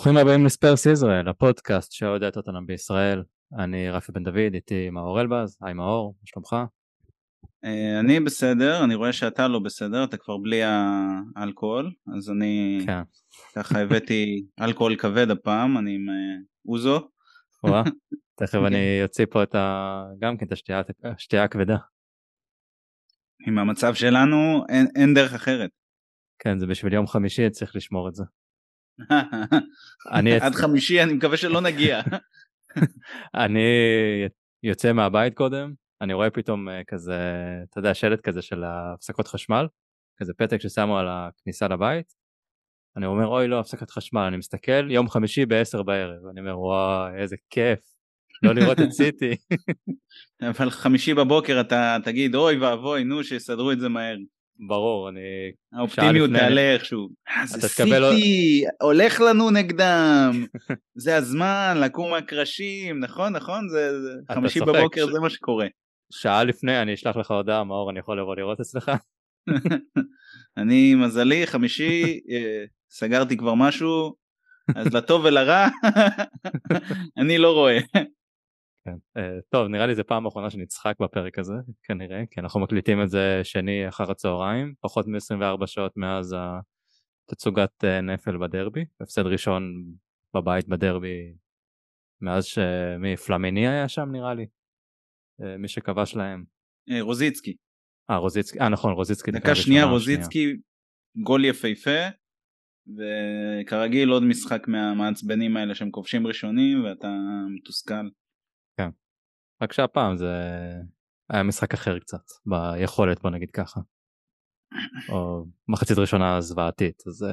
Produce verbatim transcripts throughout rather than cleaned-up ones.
ברוכים הבאים לספרס ישראל, הפודקאסט שעוד את אותנו בישראל. אני רפי בן דוד, איתי מאור אלבז. היי מאור, מה שלומך? אני בסדר, אני רואה שאתה לא בסדר, אתה כבר בלי האלכוהול, אז אני כן. ככה הבאתי אלכוהול כבד הפעם, אני עם אוזו. וואה, תכף אני אוציא פה את ה... גם כן את השתייה, השתייה הכבדה. עם המצב שלנו אין, אין דרך אחרת. כן, זה בשביל יום חמישי, צריך לשמור את זה. אני עד חמישי אני מקווה שלא נגיע. אני יוצא מהבית קודם, אני רואה פתאום כזה, אתה יודע, שלט כזה של הפסקות חשמל, כזה פתק ששמו על הכניסה לבית, אני אומר אוי לא, הפסקת חשמל, אני מסתכל יום חמישי בעשר בערב, אני אומר וואי איזה כיף, לא לראות את סיטי. אבל חמישי בבוקר אתה תגיד אוי ואבוי נו שיסדרו את זה מהר. ברור, אני... האופטימיות תעלה איכשהו. זה סיטי, הולך לנו נגדם. זה הזמן לקום מהקרשים, נכון, נכון? זה חמישי בבוקר זה מה שקורה. שעה לפני אני אשלח לך הודעה, מאור, אני יכול לבוא לראות אצלך? אני מזלי, חמישי, סגרתי כבר משהו, אז לטוב ולרע, אני לא רואה. טוב, נראה לי זה פעם האחרונה שנצחק בפרק הזה, כנראה, כי אנחנו מקליטים את זה שני אחר הצהריים, פחות מ-עשרים וארבע שעות מאז התצוגת נפל בדרבי, הפסד ראשון בבית בדרבי, מאז שמפלמיני היה שם נראה לי, מי שכבש להם. רוזיצקי. אה, רוזיצקי, אה נכון, רוזיצקי. דקה שנייה, רוזיצקי, גול יפהפה, וכרגיל עוד משחק מהמעצבנים האלה שהם כובשים ראשונים, ואתה מתוסכל. כן, רק שהפעם זה היה משחק אחר קצת, ביכולת בוא נגיד ככה. או מחצית ראשונה זוועתית, אז...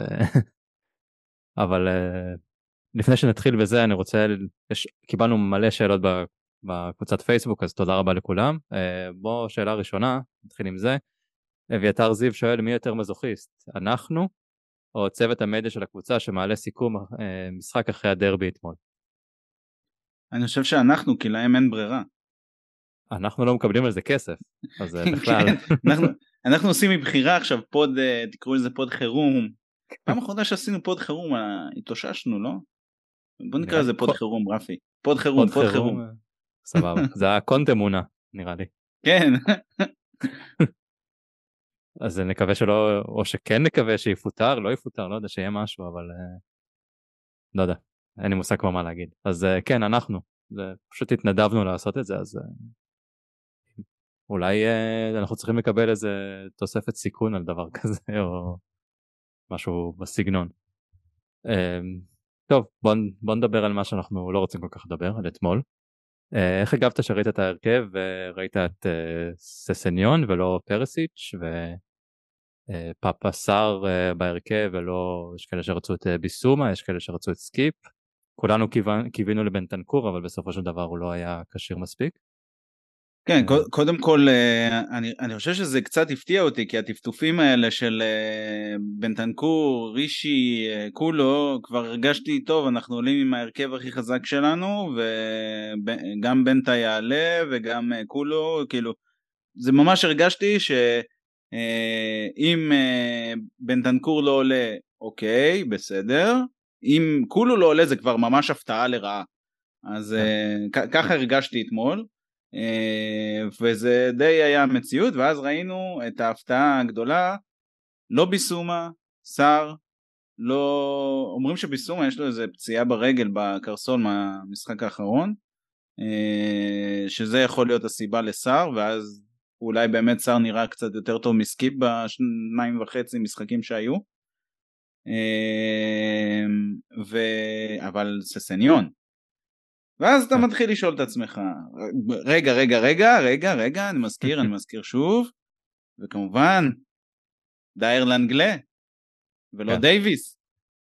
אבל לפני שנתחיל בזה אני רוצה, יש... קיבלנו מלא שאלות בקבוצת פייסבוק, אז תודה רבה לכולם. בוא שאלה ראשונה, נתחיל עם זה. אביתר זיו שואל מי יותר מזוכיסט, אנחנו או צוות המדיה של הקבוצה שמעלה סיכום משחק אחרי הדרבי אתמול? אני חושב שאנחנו, כי להם אין ברירה. אנחנו לא מקבלים על זה כסף, אז בכלל. אנחנו, אנחנו עושים מבחירה עכשיו פוד, תקראו לזה פוד חירום. פעם אחרונה שעשינו פוד חירום, התאוששנו, לא? בוא נקרא לזה פוד חירום, רפי. פוד חירום, פוד חירום. סבבה, זה הקונטמונה, נראה לי. כן. אז נקווה שלא, או שכן נקווה שיפוטר, לא יפוטר, לא יודע, שיהיה משהו, אבל לא יודע, אין לי מושג כבר מה להגיד. אז כן, אנחנו, פשוט התנדבנו לעשות את זה, אז אולי אנחנו צריכים לקבל איזה תוספת סיכון על דבר כזה, או משהו בסגנון. טוב, בוא, בוא נדבר על מה שאנחנו לא רוצים כל כך לדבר, על אתמול. איך הגבת שראית את ההרכב וראית את ססניון ולא פרסיץ' ופאפה סאר בהרכב, ולא, יש כאלה שרצו את ביסומה, יש כאלה שרצו את סקיפ, כולנו קיווינו לבנטנקור, אבל בסופו של דבר הוא לא היה קשיר מספיק. כן, קודם כל אני, אני חושב שזה קצת הפתיע אותי, כי הטפטופים האלה של בנטנקור, רישי, כולו, כבר הרגשתי טוב, אנחנו עולים עם ההרכב הכי חזק שלנו, וגם בנטה יעלה וגם כולו, כאילו, זה ממש הרגשתי שאם בנטנקור לא עולה, אוקיי, בסדר, אם כולו לא עולה זה כבר ממש הפתעה לרעה, אז ככה הרגשתי אתמול. וזה די היה מציאות, ואז ראינו את ההפתעה הגדולה, לא ביסומה, סאר, לא, אומרים שביסומה יש לו איזה פציעה ברגל בקרסול מהמשחק האחרון, שזה יכול להיות הסיבה לסאר, ואז אולי באמת סאר נראה קצת יותר טוב מסקיפ בשניים וחצי משחקים שהיו, ו... אבל ססניון, ואז אתה מתחיל לשאול את עצמך, רגע, רגע, רגע, רגע, רגע, אני מזכיר, אני מזכיר שוב, וכמובן, דייר לנגלה, ולא דייביס.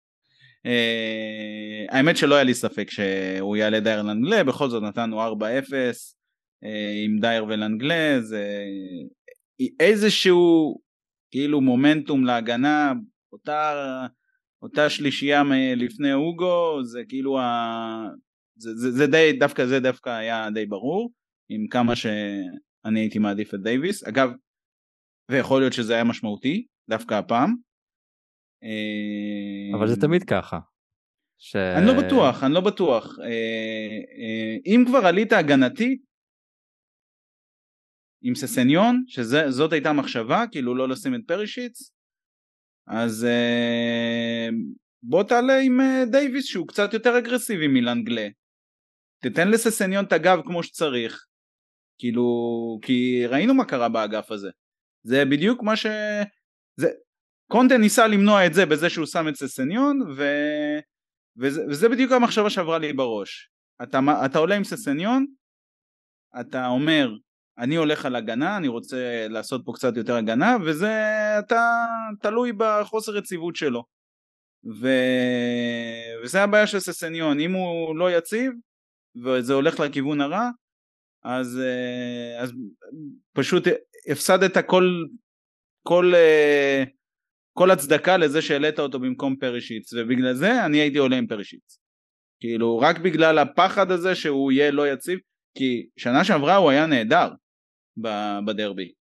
האמת שלא היה לי ספק שהוא יעלה דייר לנגלה, בכל זאת נתנו ארבע אפס, עם דייר ולנגלה, זה איזשהו, כאילו מומנטום להגנה, אותה, אותה שלישייה לפני אוגו, זה כאילו ה... זה, זה, זה די, דווקא זה דווקא היה די ברור, עם כמה שאני הייתי מעדיף את דייביס, אגב, ויכול להיות שזה היה משמעותי, דווקא הפעם. אבל זה תמיד ככה, ש... אני לא בטוח, אני לא בטוח. אם כבר עלית הגנתית, עם ססניון, שזאת הייתה מחשבה, כאילו לא לשים את פרישיץ, אז בוא תעלה עם דייביס שהוא קצת יותר אגרסיבי מלנגלה, תתן לססניון את הגב כמו שצריך, כאילו, כי ראינו מה קרה באגף הזה, זה בדיוק מה ש... זה... קונטה ניסה למנוע את זה בזה שהוא שם את ססניון, ו... וזה, וזה בדיוק המחשבה שעברה לי בראש, אתה, אתה עולה עם ססניון, אתה אומר, אני הולך על הגנה, אני רוצה לעשות פה קצת יותר הגנה, וזה אתה תלוי בחוסר רציבות שלו, ו... וזה הבעיה של ססניון, אם הוא לא יציב, וזה הולך לכיוון הרע, אז, אז פשוט הפסדת כל, כל, כל הצדקה לזה שהעלית אותו במקום פרישיץ, ובגלל זה אני הייתי עולה עם פרישיץ, כאילו רק בגלל הפחד הזה שהוא יהיה לא יציב, כי שנה שעברה הוא היה נהדר בדרבי.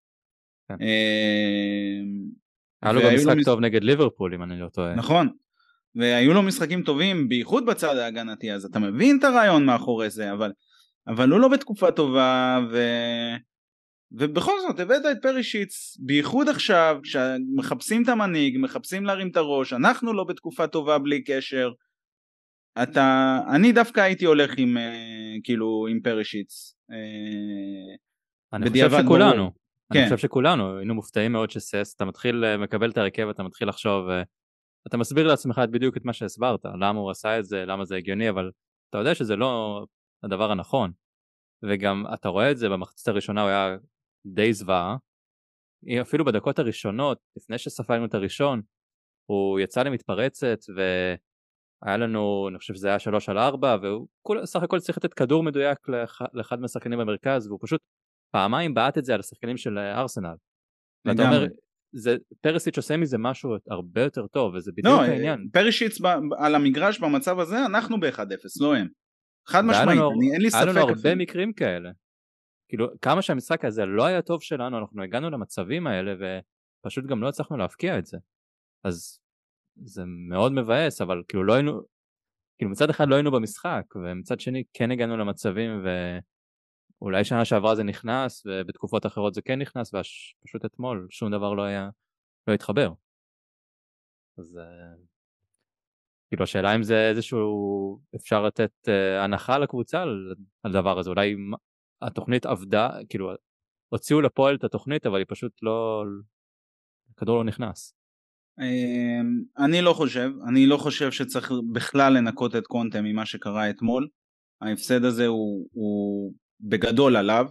היה לו גם משחק טוב נגד ליברפול אם אני לא טועה. נכון, והיו לו משחקים טובים בייחוד בצד ההגנתי, אז אתה מבין את הרעיון מאחורי זה, אבל, אבל הוא לא בתקופה טובה, ו... ובכל זאת הבאת את פרישיץ בייחוד עכשיו, כשמחפשים את המנהיג, מחפשים להרים את הראש, אנחנו לא בתקופה טובה בלי קשר, אתה, אני דווקא הייתי הולך עם, כאילו, עם פרישיץ. אני חושב שכולנו, אני חושב שכולנו, היינו מופתעים מאוד שסס, אתה מתחיל, מקבל את הרכב, אתה מתחיל לחשוב, אתה מסביר לעצמך בדיוק את מה שהסברת, למה הוא עשה את זה, למה זה הגיוני, אבל אתה יודע שזה לא הדבר הנכון, וגם אתה רואה את זה במחצית הראשונה, הוא היה די זוועה, אפילו בדקות הראשונות, לפני שספגנו את הראשון, הוא יצא למתפרצת, והיה לנו, אני חושב שזה היה שלוש על ארבע, והוא סך הכל צריך לתת כדור מדויק לאחד מהשחקנים במרכז, והוא פשוט פעמיים בעט את זה על השחקנים של ארסנל. ואתה אומר, זה, פריסיץ' עושה מזה משהו הרבה יותר טוב, וזה בדיוק לא, העניין. פרישיץ על המגרש במצב הזה, אנחנו ב-אחד אפס, לא הם. חד משמעית, אני, אין לי ספק. היה לנו הרבה אפילו. מקרים כאלה. כאילו, כמה שהמשחק הזה לא היה טוב שלנו, אנחנו הגענו למצבים האלה, ופשוט גם לא הצלחנו להפקיע את זה. אז זה מאוד מבאס, אבל כאילו לא היינו, כאילו מצד אחד לא היינו במשחק, ומצד שני כן הגענו למצבים, ואולי שנה שעברה זה נכנס, ובתקופות אחרות זה כן נכנס, ופשוט אתמול שום דבר לא היה, לא התחבר. אז כאילו השאלה אם זה איזשהו, אפשר לתת uh, הנחה לקבוצה על, על דבר הזה, אולי התוכנית עבדה, כאילו הוציאו לפועל את התוכנית, אבל היא פשוט לא, הכדור לא נכנס. אני לא חושב, אני לא חושב שצריך בכלל לנקות את קונטה ממה שקרה אתמול, ההפסד הזה הוא, הוא בגדול עליו.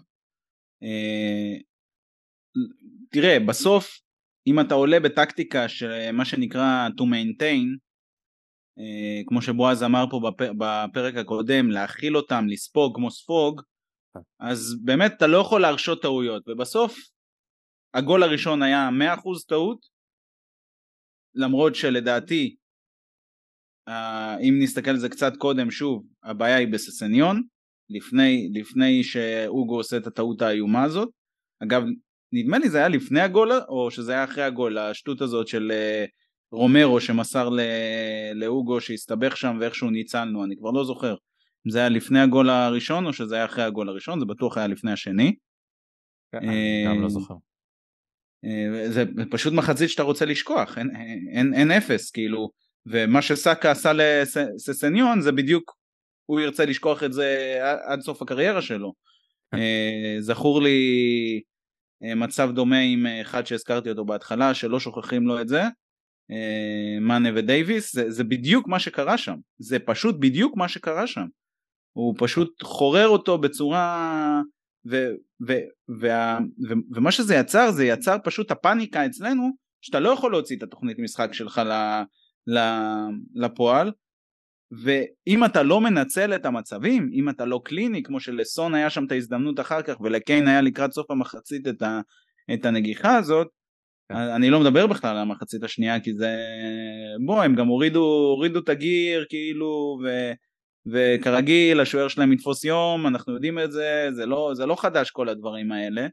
תראה, בסוף אם אתה עולה בטקטיקה של מה שנקרא to maintain, כמו שבועז אמר פה בפרק הקודם, להכיל אותם, לספוג כמו ספוג, אז באמת אתה לא יכול להרשות טעויות, ובסוף הגול הראשון היה מאה אחוז טעות, למרות שלדעתי, אם נסתכל על זה קצת קודם, שוב, הבעיה היא בססניון, לפני, לפני שאוגו עושה את הטעות האיומה הזאת. אגב, נדמה לי זה היה לפני הגול, או שזה היה אחרי הגול, השטות הזאת של רומרו שמסר לאוגו שהסתבך שם ואיכשהו ניצלנו, אני כבר לא זוכר אם זה היה לפני הגול הראשון או שזה היה אחרי הגול הראשון, זה בטוח היה לפני השני. אני גם לא זוכר. זה פשוט מחצית שאתה רוצה לשכוח, אין, אין, אין אפס כאילו, ומה שסאקה עשה לססניון זה בדיוק, הוא ירצה לשכוח את זה עד סוף הקריירה שלו. זכור לי מצב דומה עם אחד שהזכרתי אותו בהתחלה, שלא שוכחים לו את זה, מאנה ודייביס, זה, זה בדיוק מה שקרה שם, זה פשוט בדיוק מה שקרה שם, הוא פשוט חורר אותו בצורה, ו, ו, וה, ו, ומה שזה יצר, זה יצר פשוט הפאניקה אצלנו, שאתה לא יכול להוציא את התוכנית משחק שלך לפועל, ואם אתה לא מנצל את המצבים, אם אתה לא קליני, כמו שלסון היה שם את ההזדמנות אחר כך, ולקיין היה לקראת סוף המחצית את, ה, את הנגיחה הזאת, אני לא מדבר בכלל על המחצית השנייה, כי זה, בוא, הם גם הורידו, הורידו את הגיר, כאילו, ו, וכרגיל, השוער שלהם יתפוס יום, אנחנו יודעים את זה, זה לא, זה לא חדש כל הדברים האלה.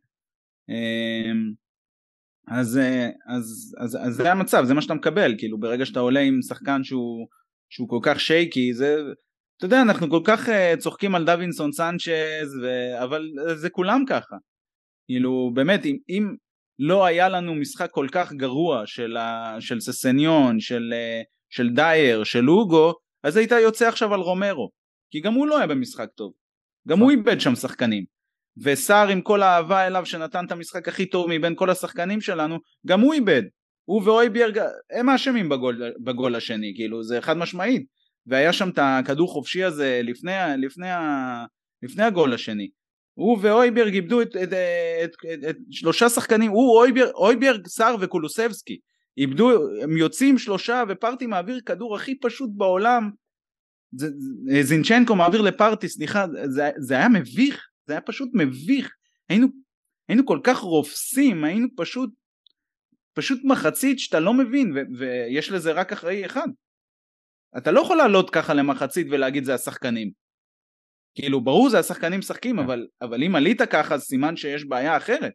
אז, אז, אז, אז זה המצב, זה מה שאתה מקבל, כאילו, ברגע שאתה עולה עם שחקן שהוא שהוא כל כך שייקי, זה, אתה יודע, אנחנו כל כך uh, צוחקים על דווינסון סנצ'ז, ו... אבל זה כולם ככה, כאילו באמת אם, אם לא היה לנו משחק כל כך גרוע של, ה... של ססניון, של, uh, של דייר, של אוגו, אז היית יוצא עכשיו על רומרו, כי גם הוא לא היה במשחק טוב, גם הוא איבד שם שחקנים, וסער עם כל האהבה אליו שנתן את המשחק הכי טוב מבין כל השחקנים שלנו, גם הוא איבד, הוא ואויביארג הם האשמים בגול, בגול השני, כאילו זה חד משמעית, והיה שם את הכדור חופשי הזה לפני, לפני, לפני הגול השני, הוא ואויביארג איבדו את, את, את, את, את שלושה שחקנים, הוא אויביארג, אויביארג סער וקולוסבסקי, איבדו, הם יוצאים שלושה ופרטי מעביר כדור הכי פשוט בעולם, זה, זינצ'נקו מעביר לפרטי, סליחה, זה, זה היה מביך, זה היה פשוט מביך, היינו, היינו כל כך רופסים, היינו פשוט, פשוט מחצית שאתה לא מבין, ו, ויש לזה רק אחראי אחד, אתה לא יכול לעלות ככה למחצית ולהגיד זה השחקנים, כאילו ברור זה השחקנים משחקים, אבל, אבל אם עלית ככה, אז סימן שיש בעיה אחרת,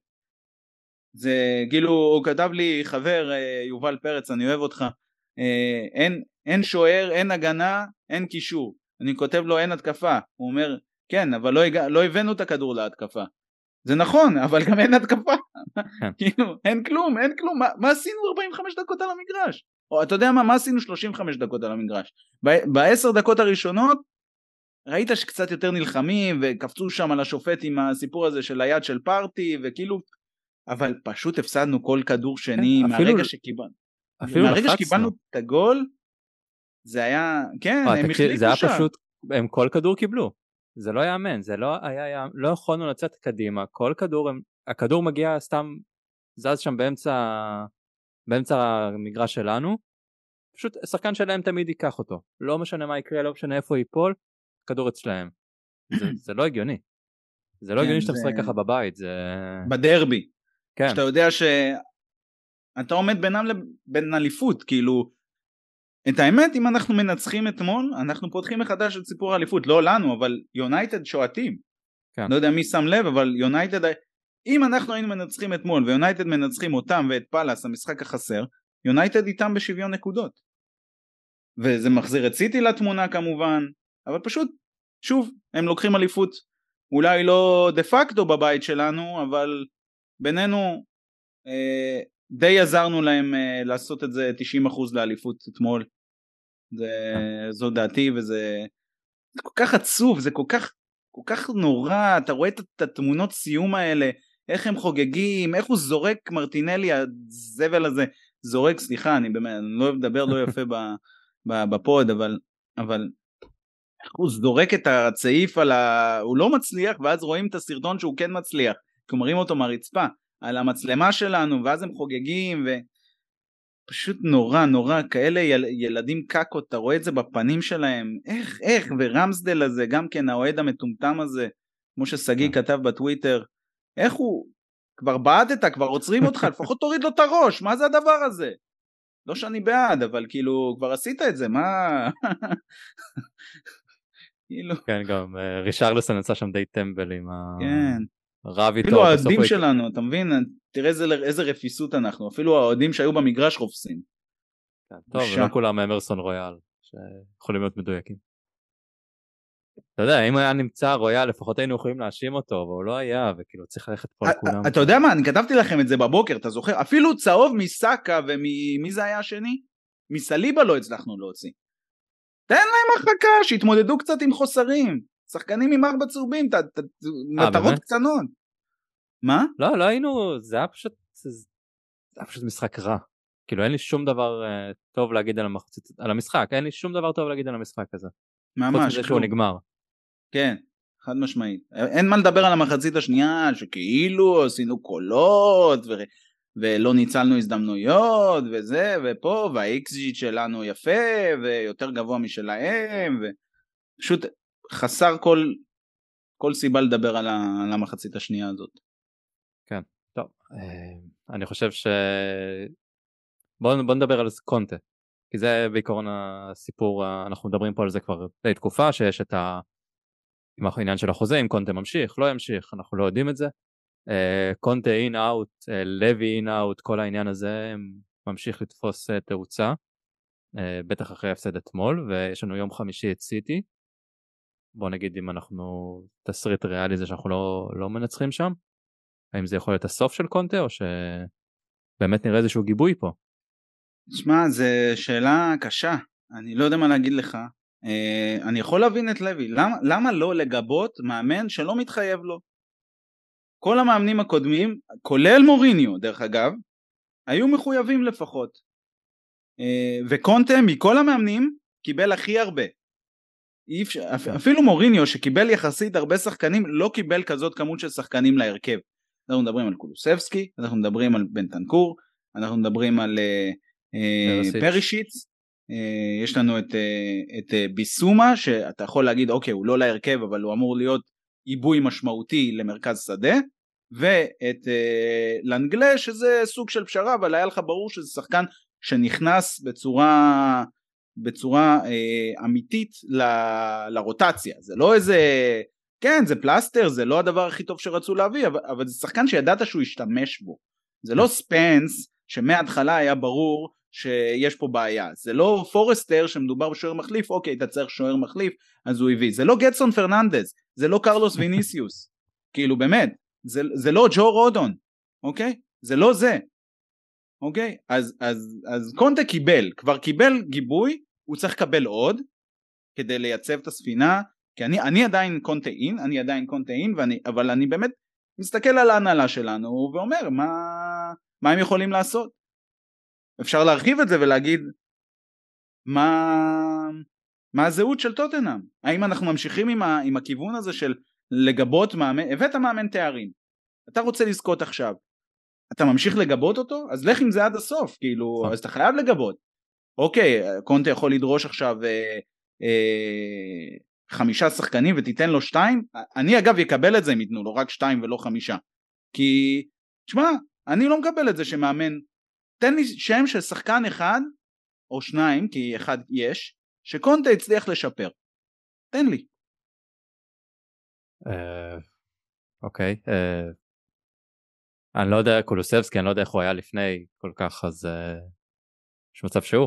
זה כאילו, הוא כתב לי חבר, יובל פרץ, אני אוהב אותך, אין, אין שוער, אין הגנה, אין קישור, אני כותב לו אין התקפה, הוא אומר, כן, אבל לא, הגע, לא הבאנו את הכדור להתקפה, זה נכון, אבל גם אין התקפה, כאילו, אין כלום, אין כלום, מה, מה עשינו ארבעים וחמש דקות על המגרש? או אתה יודע מה, מה עשינו שלושים וחמש דקות על המגרש? בעשר דקות הראשונות, ראית שקצת יותר נלחמים, וקפצו שם על השופט עם הסיפור הזה של היד של פרטי, וכאילו, אבל פשוט הפסדנו כל כדור שני, מהרגע שקיבלנו, מהרגע שקיבלנו את הגול, זה היה, כן, הם החליפו שם. זה היה פשוט, הם כל כדור קיבלו, זה לא יאמן, זה לא היה, לא יכולנו לצאת קדימה, כל כדור, הכדור מגיע סתם, זז שם באמצע, באמצע המגרש שלנו, פשוט השחקן שלהם תמיד ייקח אותו, לא משנה מה יקרה, לא משנה איפה ייפול, כדור אצלהם, זה, זה לא הגיוני, זה לא הגיוני שאתה משחק ככה בבית, זה... בדרבי, כן. שאתה יודע שאתה עומד בינם לבין אליפות, כאילו, את האמת, אם אנחנו מנצחים אתמול, אנחנו פותחים מחדש את סיפור האליפות, לא לנו, אבל יונייטד שועטים, כן. לא יודע מי שם לב, אבל יונייטד, אם אנחנו היינו מנצחים אתמול, ויונייטד מנצחים אותם ואת פלאס, המשחק החסר, יונייטד איתם בשוויון נקודות, וזה מחזיר את סיטי לתמונה כמובן, אבל פשוט, שוב, הם לוקחים אליפות, אולי לא דה פקטו בבית שלנו, אבל בינינו, אה, די עזרנו להם אה, לעשות את זה תשעים אחוז לאליפות אתמול, זה, זו דעתי, וזה זה כל כך עצוב, זה כל כך, כל כך נורא, אתה רואה את התמונות סיום האלה, איך הם חוגגים, איך הוא זורק מרטינלי, הזבל הזה, זורק, סליחה, אני באמת, אני לא מדבר לא יפה בפוד, אבל, אבל, איך הוא זורק את הצעיף על ה... הוא לא מצליח, ואז רואים את הסרטון שהוא כן מצליח, כי מראים אותו מהרצפה, על המצלמה שלנו, ואז הם חוגגים, ופשוט נורא, נורא, כאלה יל... ילדים קקות, אתה רואה את זה בפנים שלהם, איך, איך, ורמסדל הזה, גם כן האוהד המטומטם הזה, כמו שסגי כתב בטוויטר, איך הוא, כבר בעדת, כבר עוצרים אותך, לפחות תוריד לו את הראש, מה זה הדבר הזה? לא שאני בעד, אבל כאילו, כבר עשית את זה, מה... כן, גם רישרלסון יצא שם די טמבל עם הרב איתו. אפילו האוהדים שלנו, אתה מבין? תראה איזה רפיסות אנחנו, אפילו האוהדים שהיו במגרש רופסים. טוב, לא כולם אמרסון רויאל, שיכולים להיות מדויקים. אתה יודע, אם היה נמצא רויאל, לפחות היינו יכולים להאשים אותו, אבל הוא לא היה, וכאילו צריך ללכת פה לכולם. אתה יודע מה, אני כתבתי לכם את זה בבוקר, אתה זוכר? אפילו צהוב מסאקה, ומי זה היה השני? מסליבה לא הצלחנו להוציא. תן להם הרחקה, שהתמודדו קצת עם חוסרים, שחקנים עם ארבע צהובים, מטרות קטנות. מה? לא, לא היינו, זה היה פשוט, זה היה פשוט משחק רע. כאילו אין לי שום דבר טוב להגיד על המשחק, אין לי שום דבר טוב להגיד על המשחק הזה. ממש, חוץ מזה שהוא נגמר. כן, חד משמעית. אין מה לדבר על המחצית השנייה, שכאילו עשינו קולות, ולא ניצלנו הזדמנויות, וזה, ופה, והאיקסג'יט שלנו יפה, ויותר גבוה משלהם, ופשוט חסר כל, כל סיבה לדבר על, ה, על המחצית השנייה הזאת. כן, טוב, אני חושב ש... בואו בוא נדבר על קונטה, כי זה בעיקרון הסיפור, אנחנו מדברים פה על זה כבר די תקופה, שיש את ה... עם העניין של החוזה, אם קונטה ממשיך, לא ימשיך, אנחנו לא יודעים את זה. קונטה אין אאוט, לוי אין אאוט, כל העניין הזה ממשיך לתפוס תאוצה, בטח אחרי הפסד אתמול, ויש לנו יום חמישי את סיטי. בוא נגיד אם אנחנו תסריט ריאלי זה שאנחנו לא, לא מנצחים שם, האם זה יכול להיות הסוף של קונטה או שבאמת נראה איזשהו גיבוי פה? תשמע, זו שאלה קשה, אני לא יודע מה להגיד לך. uh, אני יכול להבין את לוי, למה, למה לא לגבות מאמן שלא מתחייב לו? כל המאמנים הקודמים, כולל מוריניו דרך אגב, היו מחויבים לפחות, uh, וקונטה מכל המאמנים קיבל הכי הרבה. אפשר, אפילו מוריניו שקיבל יחסית הרבה שחקנים לא קיבל כזאת כמות של שחקנים להרכב. אנחנו מדברים על קולוסבסקי, אנחנו מדברים על בנטנקור, אנחנו מדברים על uh, פרישיץ, uh, יש לנו את, uh, את uh, ביסומה שאתה יכול להגיד אוקיי הוא לא להרכב אבל הוא אמור להיות עיבוי משמעותי למרכז שדה, ואת uh, לנגלה שזה סוג של פשרה אבל היה לך ברור שזה שחקן שנכנס בצורה בצורה אה, אמיתית ל, לרוטציה. זה לא איזה, כן זה פלסטר, זה לא הדבר הכי טוב שרצו להביא, אבל, אבל זה שחקן שידעת שהוא ישתמש בו. זה לא ספנס שמההתחלה היה ברור שיש פה בעיה, זה לא פורסטר שמדובר בשוער מחליף, אוקיי אתה צריך שוער מחליף אז הוא הביא, זה לא גטסון פרננדז, זה לא קרלוס ויניסיוס, כאילו באמת זה, זה לא ג'ו רודון, אוקיי, זה לא זה, אוקיי, אז, אז, אז קונטה קיבל, כבר קיבל גיבוי, הוא צריך לקבל עוד, כדי לייצב את הספינה, כי אני, אני עדיין קונטה אין, אני עדיין קונטה אין, ואני, אבל אני באמת מסתכל על ההנהלה שלנו, ואומר, מה, מה הם יכולים לעשות? אפשר להרחיב את זה ולהגיד, מה, מה הזהות של טוטנהאם? האם אנחנו ממשיכים עם, ה, עם הכיוון הזה של לגבות מאמן, הבאת מאמן תארים, אתה רוצה לזכות עכשיו, אתה ממשיך לגבות אותו, אז לך עם זה עד הסוף, כאילו, אז אתה חייב לגבות. אוקיי, קונטה יכול לדרוש עכשיו אה, אה, חמישה שחקנים ותיתן לו שתיים, אני אגב יקבל את זה אם ייתנו לו רק שתיים ולא חמישה, כי, תשמע, אני לא מקבל את זה שמאמן, תן לי שם של שחקן אחד, או שניים, כי אחד יש, שקונטה הצליח לשפר. תן לי. אוקיי, אה... אני לא יודע, קולוסבסקי, אני לא יודע איך הוא היה לפני כל כך, אז uh, יש מצב שהוא.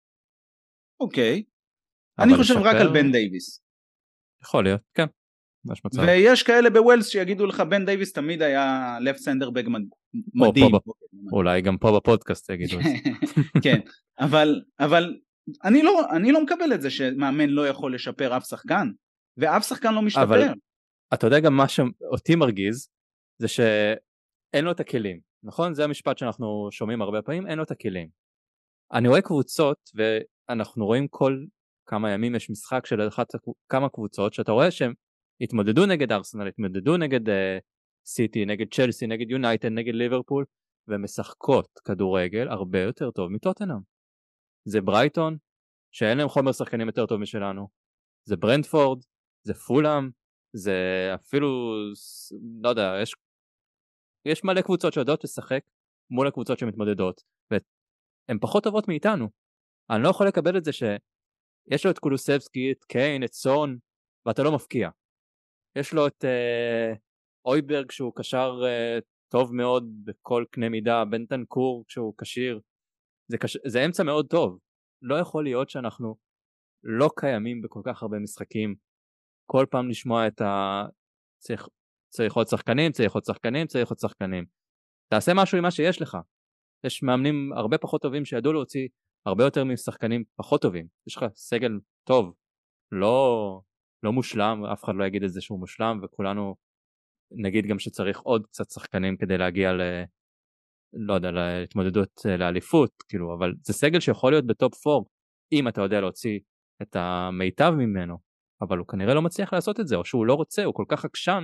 אוקיי. אני חושב לשפר... רק על בן דייביס. יכול להיות, כן. יש מצב. ויש כאלה בווילס שיגידו לך, בן דייביס תמיד היה לפט סנדר בג מדהים. פה, אולי גם פה בפודקאסט יגידו את זה. כן, אבל, אבל אני, לא, אני לא מקבל את זה שמאמן לא יכול לשפר אף שחקן, ואף שחקן לא משתפר. אבל אתה יודע גם מה שאותי מרגיז, זה ש... אין לו את הכלים, נכון? זה המשפט שאנחנו שומעים הרבה פעמים, אין לו את הכלים. אני רואה קבוצות, ואנחנו רואים כל כמה ימים יש משחק של אחת, כמה קבוצות, שאתה רואה שהם התמודדו נגד ארסנל, התמודדו נגד uh, סיטי, נגד צ'לסי, נגד יונייטד, נגד ליברפול, ומשחקות כדורגל הרבה יותר טוב מטוטנהאם. זה ברייטון, שאין להם חומר שחקנים יותר טוב משלנו. זה ברנטפורד, זה פולאם, זה אפילו, לא יודע, יש יש מלא קבוצות שיודעות לשחק מול הקבוצות שמתמודדות, והן פחות טובות מאיתנו. אני לא יכול לקבל את זה שיש לו את קולוסבסקי, את קיין, את סון, ואתה לא מפקיע. יש לו את אה, אויברג שהוא קשר אה, טוב מאוד בכל קנה מידה, בנטנקור שהוא קשיר, זה, קש... זה אמצע מאוד טוב. לא יכול להיות שאנחנו לא קיימים בכל כך הרבה משחקים, כל פעם לשמוע את ה... צריך... צריך עוד שחקנים, צריך עוד שחקנים, צריך עוד שחקנים. תעשה משהו עם מה שיש לך. יש מאמנים הרבה פחות טובים שידעו להוציא הרבה יותר משחקנים פחות טובים. יש לך סגל טוב, לא, לא מושלם, אף אחד לא יגיד את זה שהוא מושלם, וכולנו נגיד גם שצריך עוד קצת שחקנים כדי להגיע ל... לא יודע, להתמודדות לאליפות, כאילו, אבל זה סגל שיכול להיות בטופ פור, אם אתה יודע להוציא את המיטב ממנו, אבל הוא כנראה לא מצליח לעשות את זה, או שהוא לא רוצה, הוא כל כך עקשן,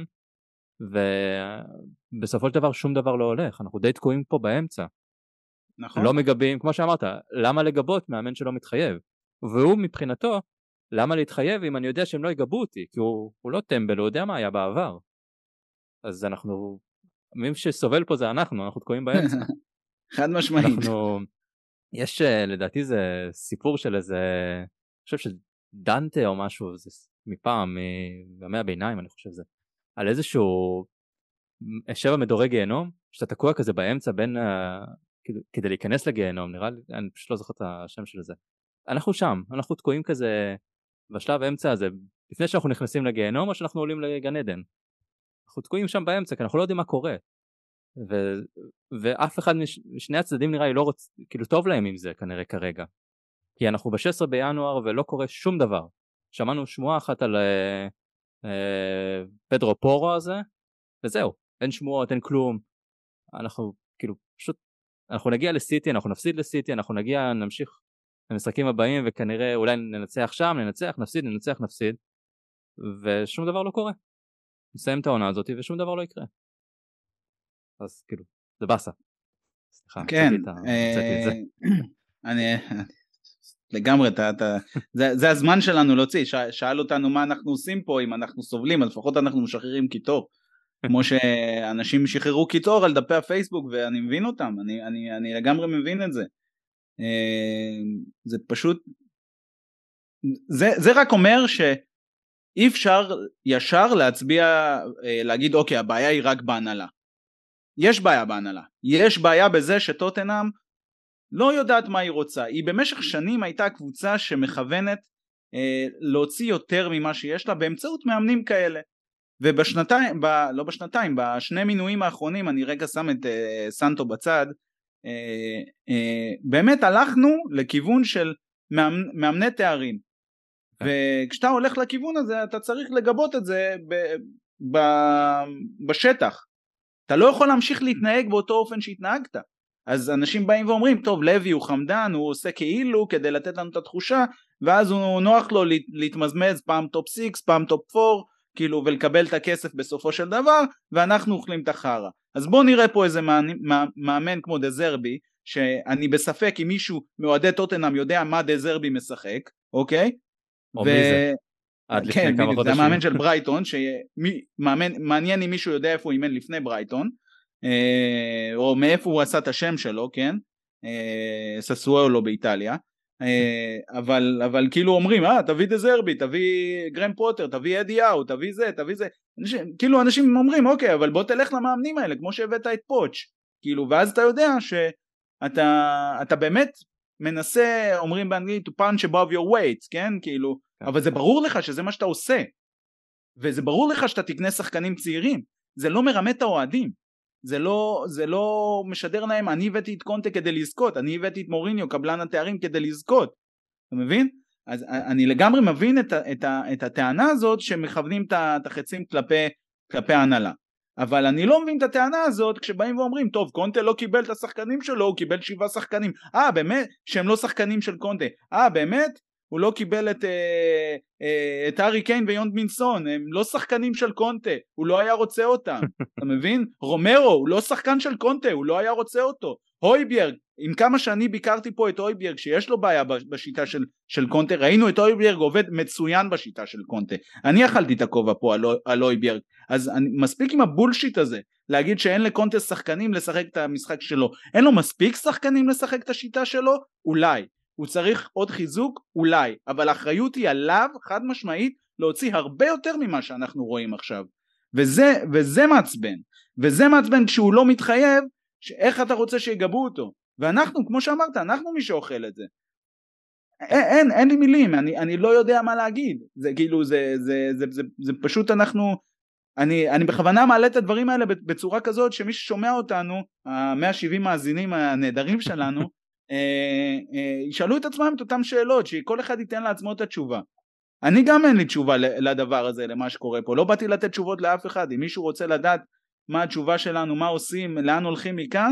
ובסופו של דבר שום דבר לא הולך, אנחנו די תקועים פה באמצע. נכון. לא מגבים, כמו שאמרת, למה לגבות מאמן שלא מתחייב? והוא מבחינתו, למה להתחייב אם אני יודע שהם לא יגבו אותי? כי הוא, הוא לא טמבל, הוא יודע מה היה בעבר. אז אנחנו, מי שסובל פה זה אנחנו, אנחנו תקועים באמצע. חד משמעית. אנחנו, יש לדעתי זה סיפור של איזה, אני חושב שדנטה או משהו, זה מפעם, מימי הביניים אני חושב זה. על איזשהו שבע מדורי גיהנום, שאתה תקוע כזה באמצע בין, uh, כדי, כדי להיכנס לגיהנום, נראה לי, אני פשוט לא זוכר את השם של זה. אנחנו שם, אנחנו תקועים כזה בשלב האמצע הזה, לפני שאנחנו נכנסים לגיהנום או שאנחנו עולים לגן עדן. אנחנו תקועים שם באמצע, כי אנחנו לא יודעים מה קורה. ו... ואף אחד מש... משני הצדדים נראה לי לא רוצה, כאילו טוב להם עם זה כנראה כרגע. כי אנחנו ב-שישה עשר בינואר ולא קורה שום דבר. שמענו שמועה אחת על אה, אה, פדרו פורו הזה, וזהו, אין שמועות, אין כלום. אנחנו כאילו פשוט, אנחנו נגיע לסיטי, אנחנו נפסיד לסיטי, אנחנו נגיע, נמשיך למשחקים הבאים וכנראה אולי ננצח שם, ננצח, נפסיד, ננצח, נפסיד, ושום דבר לא קורה. נסיים את העונה הזאת ושום דבר לא יקרה. אז כאילו, זה בסה. סליחה, כן, הוצאתי את זה. אני לגמרי, אתה, אתה, זה, זה הזמן שלנו להוציא, ש, שאל אותנו מה אנחנו עושים פה, אם אנחנו סובלים, אז לפחות אנחנו משחררים קיטור, כמו שאנשים שחררו קיטור על דפי הפייסבוק, ואני מבין אותם, אני, אני, אני לגמרי מבין את זה. זה פשוט, זה, זה רק אומר שאי אפשר ישר להצביע, להגיד אוקיי, הבעיה היא רק בהנהלה. יש בעיה בהנהלה, יש בעיה בזה שטוטנהאם לא יודעת מה היא רוצה. היא במשך שנים הייתה קבוצה שמכוונת אה, להוציא יותר ממה שיש לה באמצעות מאמנים כאלה, ובשנתיים, ב, לא בשנתיים, בשני מינויים האחרונים, אני רגע שם את אה, סנטו בצד, אה, אה, באמת הלכנו לכיוון של מאמנ, מאמני תארים, וכשאתה הולך לכיוון הזה אתה צריך לגבות את זה ב, ב, בשטח. אתה לא יכול להמשיך להתנהג באותו אופן שהתנהגת. אז אנשים באים ואומרים, טוב, לוי הוא חמדן, הוא עושה כאילו כדי לתת לנו את התחושה, ואז הוא נוח לו להתמזמז פעם טופ סיקס, פעם טופ פור, כאילו, ולקבל את הכסף בסופו של דבר, ואנחנו אוכלים את החרה. אז בוא נראה פה איזה מאמן כמו דזרבי, שאני בספק אם מישהו מאוהדי טוטנהאם יודע מה דזרבי משחק, אוקיי? או ו... מי זה? עד לפני כן, כמה בדיוק, חודשים. זה המאמן של ברייטון, שמעניין אם מישהו יודע איפה הוא אימן לפני ברייטון, או מאיפה הוא עשה את השם שלו, כן, ססואלו באיטליה, אבל, אבל כאילו אומרים, אה, תביא דזרבי, תביא גרם פוטר, תביא אדי יאו, תביא זה, תביא זה, אנשים, כאילו אנשים אומרים, אוקיי, אבל בוא תלך למאמנים האלה, כמו שהבאת את פוץ', כאילו, ואז אתה יודע שאתה, אתה באמת מנסה, אומרים באנגלית, to punch above your weight, כן, כאילו, אבל זה ברור לך שזה מה שאתה עושה, וזה ברור לך שאתה תקנה שחקנים צעירים, זה לא מרמה את האוהדים, זה לא, זה לא משדר להם, אני הבאתי את קונטה כדי לזכות, אני הבאתי את מוריניו, קבלן התארים כדי לזכות, אתה מבין? אז אני לגמרי מבין את, את, את הטענה הזאת שמכוונים את החצים כלפי, כלפי ההנהלה, אבל אני לא מבין את הטענה הזאת כשבאים ואומרים, טוב, קונטה לא קיבל את השחקנים שלו, הוא קיבל שבעה שחקנים, אה באמת, שהם לא שחקנים של קונטה, אה באמת, הוא לא קיבל את, אה, אה, את ארי קיין ויונד מינסון, הם לא שחקנים של קונטה, הוא לא היה רוצה אותם, אתה מבין? רומרו, הוא לא שחקן של קונטה, הוא לא היה רוצה אותו, הויברג, עם כמה שאני ביקרתי פה את הויברג, שיש לו בעיה בשיטה של, של קונטה, ראינו את הויברג עובד מצוין בשיטה של קונטה, אני אכלתי את הכובע פה על, על הויברג, אז אני, מספיק עם הבולשיט הזה, להגיד שאין לקונטה שחקנים לשחק את המשחק שלו, אין לו מספיק שחקנים לשחק את השיטה שלו, אולי, הוא צריך עוד חיזוק, אולי, אבל האחריות היא עליו, חד משמעית, להוציא הרבה יותר ממה שאנחנו רואים עכשיו, וזה, וזה מעצבן, וזה מעצבן כשהוא לא מתחייב, איך אתה רוצה שיגבו אותו, ואנחנו, כמו שאמרת, אנחנו מי שאוכל את זה, אין, אין, אין לי מילים, אני, אני לא יודע מה להגיד, זה כאילו, זה, זה, זה, זה, זה פשוט אנחנו, אני, אני בכוונה מעלה את הדברים האלה בצורה כזאת, שמי ששומע אותנו, ה-מאה ושבעים מאזינים הנהדרים שלנו, אה, אה, ישאלו את עצמם את אותם שאלות, שכל אחד ייתן לעצמו את התשובה. אני גם אין לי תשובה לדבר הזה, למה שקורה פה, לא באתי לתת תשובות לאף אחד, אם מישהו רוצה לדעת מה התשובה שלנו, מה עושים, לאן הולכים מכאן,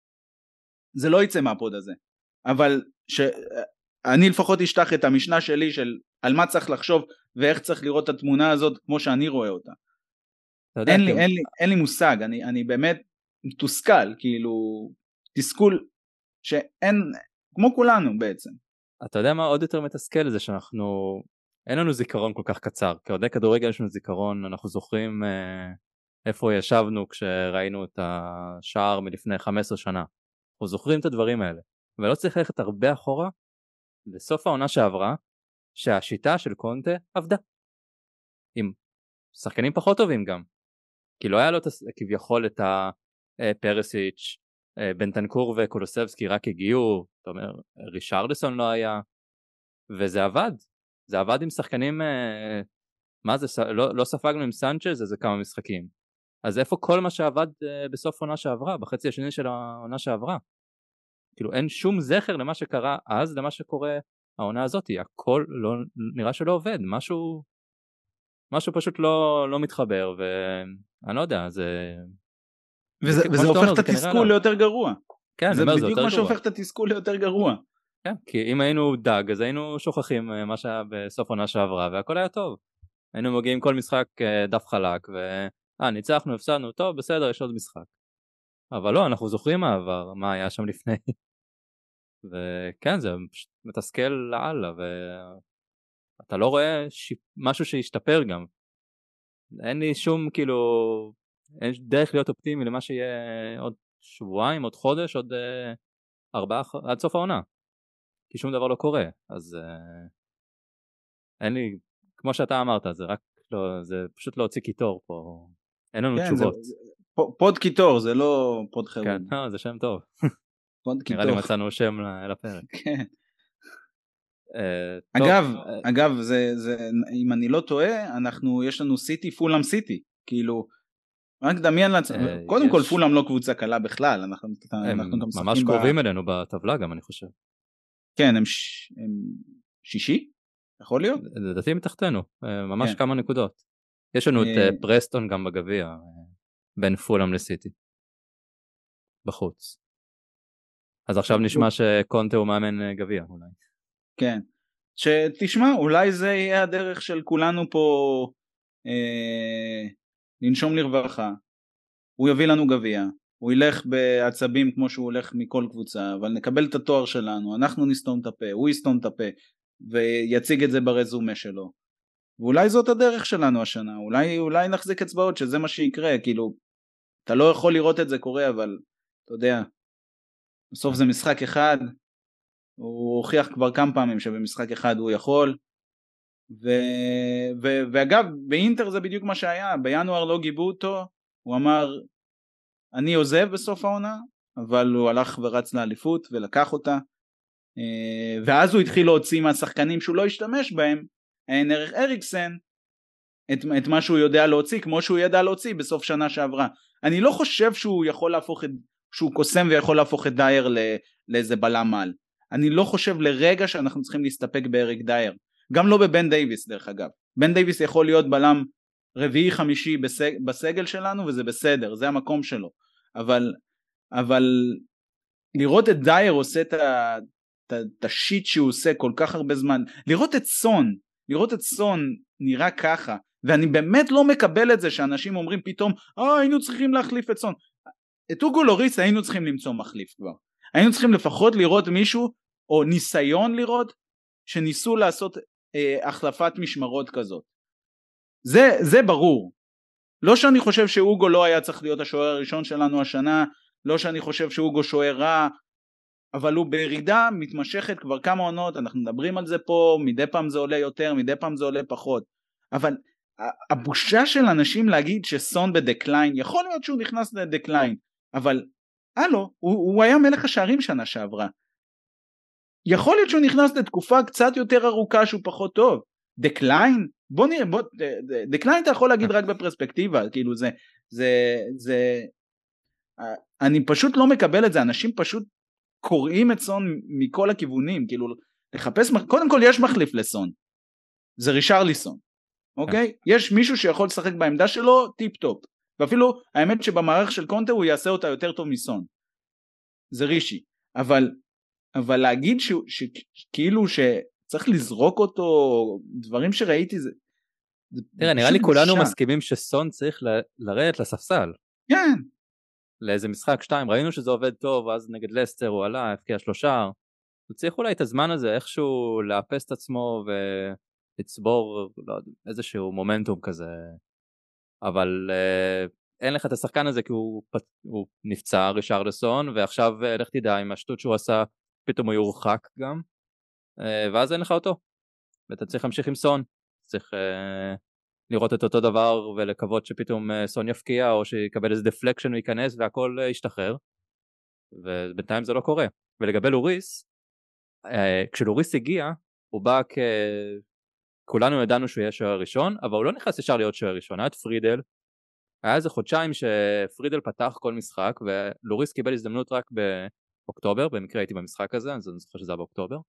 זה לא יצא מהפוד הזה, אבל שאני לפחות אשטח את המשנה שלי, של על מה צריך לחשוב, ואיך צריך לראות את התמונה הזאת, כמו שאני רואה אותה. אין לי, אין לי, אין לי מושג, אני, אני באמת מתוסכל, כאילו, תסכול, שאין, כמו כולנו בעצם. אתה יודע מה עוד יותר מתסכל, זה שאנחנו, אין לנו זיכרון כל כך קצר, כאוהדי כדורגל יש לנו זיכרון, אנחנו זוכרים אה, איפה ישבנו כשראינו את השער מלפני חמש עשרה שנה, אנחנו זוכרים את הדברים האלה, ולא צריך ללכת הרבה אחורה, בסוף העונה שעברה, שהשיטה של קונטה עבדה, עם שחקנים פחות טובים גם, כי לא היה לו כביכול את הפרסיץ', בנטנקור וקולוסבסקי רק הגיעו, זאת אומרת, רישרדסון לא היה, וזה עבד, זה עבד עם שחקנים, מה זה, לא, לא ספגנו עם סנצ'ז איזה כמה משחקים, אז איפה כל מה שעבד בסוף עונה שעברה, בחצי השני של העונה שעברה? כאילו אין שום זכר למה שקרה אז, למה שקורה העונה הזאת, הכל לא, נראה שלא עובד, משהו, משהו פשוט לא, לא מתחבר, ואני לא יודע, זה... וזה, זה, וזה הופך את התסכול ליותר גרוע. כן, זה אומר, בדיוק זה יותר מה גרוע. שהופך את התסכול ליותר גרוע. כן, כי אם היינו דג, אז היינו שוכחים מה שהיה בסוף עונה שעברה, והכל היה טוב. היינו מגיעים כל משחק דף חלק, ואה, ניצחנו, הפסדנו, טוב, בסדר, יש עוד משחק. אבל לא, אנחנו זוכרים מה עבר, מה היה שם לפני. וכן, זה מתסכל לעלה, ואתה לא רואה ש... משהו שישתפר גם. אין לי שום, כאילו, אין דרך להיות אופטימי למה שיהיה עוד שבועיים, עוד חודש, עוד אה, ארבעה, עד סוף העונה. כי שום דבר לא קורה, אז אה, אין לי, כמו שאתה אמרת, זה רק, לא, זה פשוט להוציא קיטור פה, אין לנו כן, תשובות. זה, פוד קיטור, זה לא פוד חירום. כן, לא, זה שם טוב. פוד קיטור. נראה לי מצאנו שם לפרק. כן. Uh, אגב, טוב, uh, אגב, זה, זה, אם אני לא טועה, אנחנו, יש לנו סיטי, פולאם סיטי, כאילו, רק דמיין לעצמנו, uh, קודם יש... כל פולאם לא קבוצה קלה בכלל, אנחנו, הם אנחנו גם ממש קרובים ב... אלינו בטבלה גם, אני חושב. כן, הם, ש... הם שישי, יכול להיות? לדעתי מתחתנו, ממש כן. כמה נקודות. יש לנו uh... את uh, פרסטון גם בגביע, בין פולאם לסיטי, בחוץ. אז עכשיו נשמע שקונטה הוא מאמן גביע אולי. כן, שתשמע, אולי זה יהיה הדרך של כולנו פה אה, לנשום לרווחה, הוא יביא לנו גביע, הוא ילך בעצבים כמו שהוא הולך מכל קבוצה, אבל נקבל את התואר שלנו, אנחנו נסתום את הפה, הוא יסתום את הפה, ויציג את זה ברזומה שלו, ואולי זאת הדרך שלנו השנה, אולי, אולי נחזיק אצבעות שזה מה שיקרה, כאילו, אתה לא יכול לראות את זה קורה, אבל אתה יודע, בסוף זה משחק אחד, הוא הוכיח כבר כמה פעמים שבמשחק אחד הוא יכול, ו... ו... ואגב באינטר זה בדיוק מה שהיה, בינואר לא גיבו אותו, הוא אמר אני עוזב בסוף העונה, אבל הוא הלך ורץ לאליפות ולקח אותה, ואז הוא התחיל להוציא מהשחקנים שהוא לא השתמש בהם, אנריך אריקסן, את, את מה שהוא יודע להוציא, כמו שהוא ידע להוציא בסוף שנה שעברה. אני לא חושב שהוא יכול להפוך את, שהוא קוסם ויכול להפוך את דייר לא, לאיזה בלם מעל. אני לא חושב לרגע שאנחנו צריכים להסתפק באריק דייר, גם לא בבן דייביס דרך אגב. בן דייביס יכול להיות בלם רביעי חמישי בסג, בסגל שלנו, וזה בסדר, זה המקום שלו, אבל, אבל לראות את דייר עושה את, ה, את, את השיט שהוא עושה כל כך הרבה זמן, לראות את סון, לראות את סון נראה ככה, ואני באמת לא מקבל את זה שאנשים אומרים פתאום, אה היינו צריכים להחליף את סון, את אוגו לוריס היינו צריכים למצוא מחליף כבר, היינו צריכים לפחות לראות מישהו, או ניסיון לראות, שניסו לעשות אה, החלפת משמרות כזאת, זה, זה ברור, לא שאני חושב שאוגו לא היה צריך להיות השוער הראשון שלנו השנה, לא שאני חושב שאוגו שוער רע, אבל הוא בירידה מתמשכת כבר כמה עונות, אנחנו מדברים על זה פה, מדי פעם זה עולה יותר, מדי פעם זה עולה פחות, אבל הבושה של אנשים להגיד שסון בדקליין, יכול להיות שהוא נכנס לדקליין, אבל הלו, הוא, הוא היה מלך השערים שנה שעברה, יכול להיות שהוא נכנס לתקופה קצת יותר ארוכה שהוא פחות טוב, דקליין, בוא נראה, בוא, דקליין אתה יכול להגיד רק בפרספקטיבה, כאילו זה, זה, זה, אני פשוט לא מקבל את זה, אנשים פשוט קוראים את סון מכל הכיוונים, כאילו לחפש, קודם כל יש מחליף לסון, זה רישרליסון, אוקיי? יש מישהו שיכול לשחק בעמדה שלו טיפ טופ, ואפילו האמת שבמערך של קונטה הוא יעשה אותה יותר טוב מסון, זה רישי, אבל, אבל להגיד ש, ש, כאילו שצריך לזרוק אותו, דברים שראיתי זה, תראה, נראה לי כולנו מסכימים שסון צריך ל- לרדת לספסל. כן. לאיזה משחק שתיים, ראינו שזה עובד טוב, אז נגד לסטר הוא עלה, הפקיע שלושה, הוא צריך אולי את הזמן הזה איכשהו לאפס את עצמו ולצבור לא יודע, איזשהו מומנטום כזה, אבל אה, אין לך את השחקן הזה כי הוא, הוא נפצע, רישרליסון, ועכשיו לך תדע עם השטות שהוא עשה, פתאום הוא יורחק גם, אה, ואז אין לך אותו, ואתה צריך להמשיך עם סון, צריך אה, לראות את אותו דבר ולקוות שפתאום אה, סון יפקיע או שיקבל איזה דפלקשן וייכנס והכל אה, ישתחרר, ובינתיים זה לא קורה. ולגבי לוריס, אה, כשלוריס הגיע הוא בא כ... כולנו ידענו שהוא יהיה שוער ראשון, אבל הוא לא נכנס ישר להיות שוער ראשון, היה את פרידל, היה איזה חודשיים שפרידל פתח כל משחק, ולוריס קיבל הזדמנות רק באוקטובר, במקרה הייתי במשחק הזה, אז אני זוכר שזה היה באוקטובר,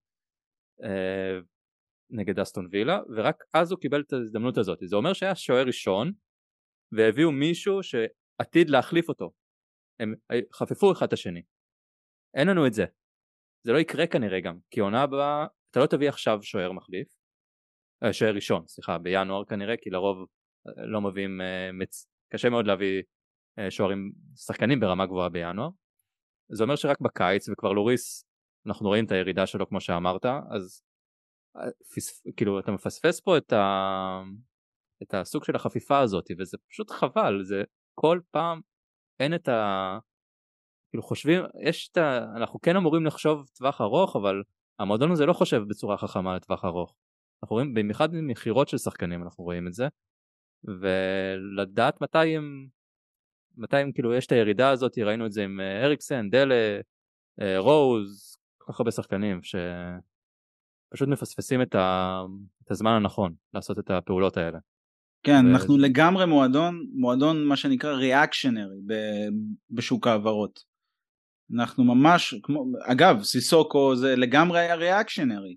נגד אסטון וילה, ורק אז הוא קיבל את ההזדמנות הזאת. זה אומר שהיה שוער ראשון, והביאו מישהו שעתיד להחליף אותו. הם חפפו אחד את השני. אין לנו את זה. זה לא יקרה כנראה גם, כי עונה הבאה, אתה לא תביא עכשיו שוער מחליף, שוער ראשון, סליחה, בינואר כנראה, כי לרוב לא מביאים, קשה מאוד להביא שוערים, שחקנים ברמה גבוהה בינואר. זה אומר שרק בקיץ, וכבר לוריס, אנחנו רואים את הירידה שלו כמו שאמרת, אז כאילו אתה מפספס פה את, ה... את הסוג של החפיפה הזאת, וזה פשוט חבל, זה כל פעם אין את ה... כאילו חושבים, יש את ה... אנחנו כן אמורים לחשוב טווח ארוך, אבל המועדון הזה לא חושב בצורה חכמה לטווח ארוך. אנחנו רואים, במיוחד במחירות של שחקנים אנחנו רואים את זה, ולדעת מתי הם, מתי הם כאילו יש את הירידה הזאת, ראינו את זה עם אריקסן, דלה, רוז, כל כך הרבה שחקנים שפשוט מפספסים את, ה... את הזמן הנכון לעשות את הפעולות האלה. כן, ו... אנחנו לגמרי מועדון, מועדון מה שנקרא ריאקשנרי בשוק העברות. אנחנו ממש, כמו, אגב, סיסוקו זה לגמרי היה ריאקשנרי.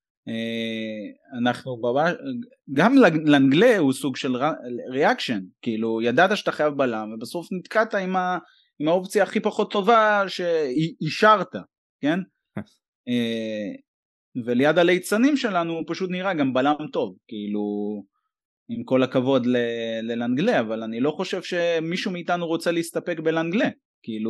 אנחנו גם לאנגלה הוא סוג של ריאקשן, כאילו ידעת שאתה חייב בלם ובסוף נתקעת עם, ה, עם האופציה הכי פחות טובה שאישרת, כן? וליד הליצנים שלנו הוא פשוט נראה גם בלם טוב, כאילו עם כל הכבוד ללאנגלה, אבל אני לא חושב שמישהו מאיתנו רוצה להסתפק בלאנגלה, כאילו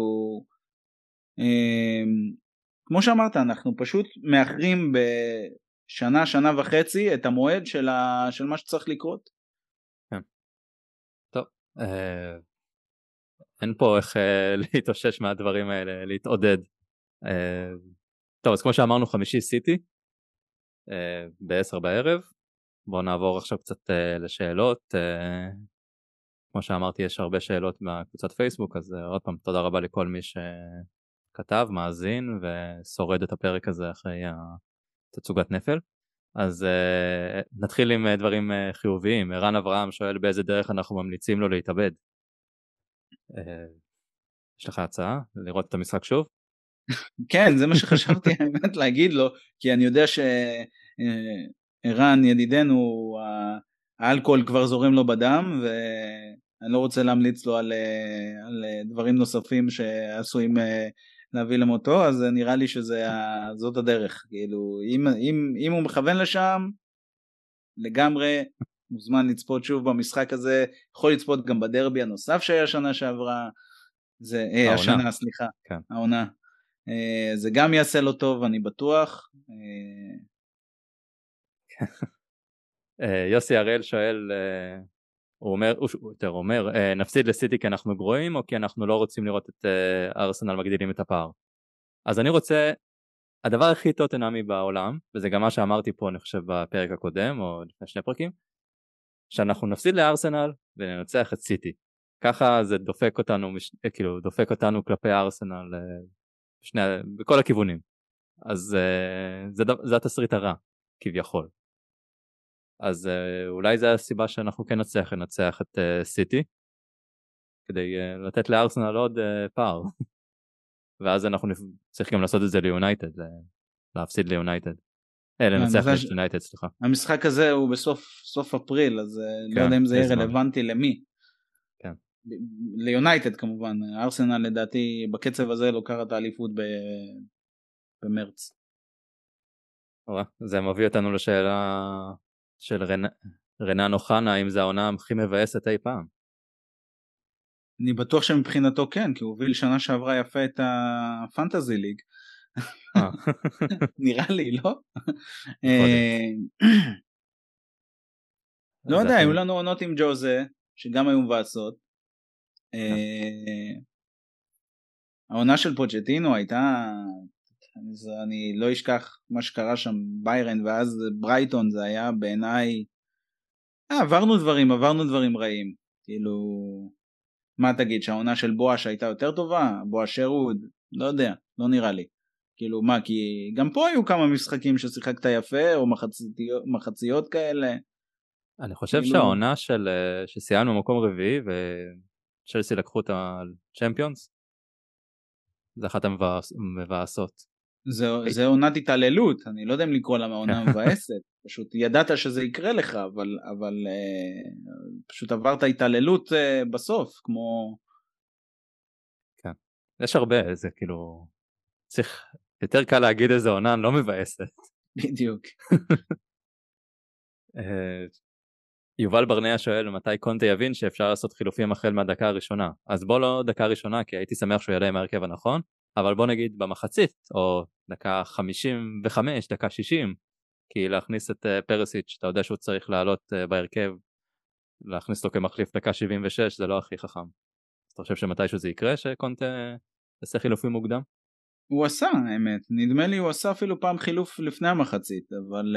כמו שאמרת, אנחנו פשוט מאחרים בשנה, שנה וחצי את המועד של, ה... של מה שצריך לקרות. כן. טוב, אה... אין פה איך אה, להתאושש מהדברים האלה, להתעודד. אה... טוב, אז כמו שאמרנו, חמישי סיטי, אה... בעשר בערב, בואו נעבור עכשיו קצת אה, לשאלות. אה... כמו שאמרתי, יש הרבה שאלות מהקבוצת פייסבוק, אז אה, עוד פעם, תודה רבה לכל מי ש... כתב, מאזין ושורד את הפרק הזה אחרי תצוגת נפל. אז uh, נתחיל עם uh, דברים uh, חיוביים. ערן אברהם שואל באיזה דרך אנחנו ממליצים לו להתאבד. Uh, יש לך הצעה לראות את המשחק שוב? כן, זה מה שחשבתי האמת להגיד לו, כי אני יודע שערן ידידנו, האלכוהול כבר זורם לו בדם, ואני לא רוצה להמליץ לו על, על דברים נוספים שעשויים להביא למותו, אז נראה לי שזאת הדרך, כאילו, אם, אם, אם הוא מכוון לשם, לגמרי מוזמן לצפות שוב במשחק הזה, יכול לצפות גם בדרבי הנוסף שהיה שנה שעברה, זה, אה, השנה, סליחה, כן. העונה, אה, זה גם יעשה לו טוב, אני בטוח. אה... יוסי הראל שואל, הוא אומר, הוא יותר אומר, נפסיד לסיטי כי אנחנו גרועים, או כי אנחנו לא רוצים לראות את ארסנל מגדילים את הפער? אז אני רוצה, הדבר הכי טוטנהמי בעולם, וזה גם מה שאמרתי פה, אני חושב, בפרק הקודם, או לפני שני פרקים, שאנחנו נפסיד לארסנל וננצח את סיטי. ככה זה דופק אותנו, כאילו, דופק אותנו כלפי ארסנל, בשני, בכל הכיוונים. אז זה, זה התסריט הרע, כביכול. אז אולי זה הסיבה שאנחנו כן נצליח לנצח את סיטי, כדי לתת לארסנל עוד פער. ואז אנחנו צריכים גם לעשות את זה ליונייטד, להפסיד ליונייטד. אה, לנצח את יונייטד, סליחה. המשחק הזה הוא בסוף סוף אפריל, אז לא יודע אם זה יהיה רלוונטי למי. כן. ליונייטד כמובן, ארסנל לדעתי בקצב הזה לוקחת האליפות במרץ. זה מביא אותנו לשאלה של רנן אוחנה, אם זה העונה הכי מבאסת אי פעם. אני בטוח שמבחינתו כן, כי הוא הוביל שנה שעברה יפה את הפנטזי ליג. נראה לי, לא? לא יודע, היו לנו עונות עם ג'וזה, שגם היו מבאסות. העונה של פוצ'טינו הייתה, אני לא אשכח מה שקרה שם ביירן, ואז ברייטון, זה היה בעיניי, עברנו דברים, עברנו דברים רעים. כאילו, מה תגיד, שהעונה של בואש הייתה יותר טובה? בואש שרוד? לא יודע, לא נראה לי. כאילו מה, כי גם פה היו כמה משחקים ששיחקת יפה, או מחציות, מחציות כאלה. אני חושב כאילו... שהעונה של, שסיימנו במקום רביעי, וצ'לסי לקחו את הצ'מפיונס, זה אחת המבאסות. זה, זה עונת התעללות, אני לא יודע אם לקרוא לה עונה מבאסת, פשוט ידעת שזה יקרה לך, אבל, אבל אה, פשוט עברת התעללות אה, בסוף, כמו... כן, יש הרבה, זה כאילו, צריך, יותר קל להגיד איזה עונה לא מבאסת. בדיוק. יובל ברנע שואל מתי קונטה יבין שאפשר לעשות חילופים החל מהדקה הראשונה. אז בוא לא דקה ראשונה, כי הייתי שמח שהוא ידע עם ההרכב הנכון, אבל בוא נגיד במחצית, או דקה חמישים וחמש, דקה שישים, כי להכניס את פרסיץ', אתה יודע שהוא צריך לעלות בהרכב, להכניס אותו כמחליף דקה שבעים ושש, זה לא הכי חכם. אז אתה חושב שמתישהו זה יקרה, שקונטה יעשה חילופים מוקדם? הוא עשה, האמת. נדמה לי הוא עשה אפילו פעם חילוף לפני המחצית, אבל...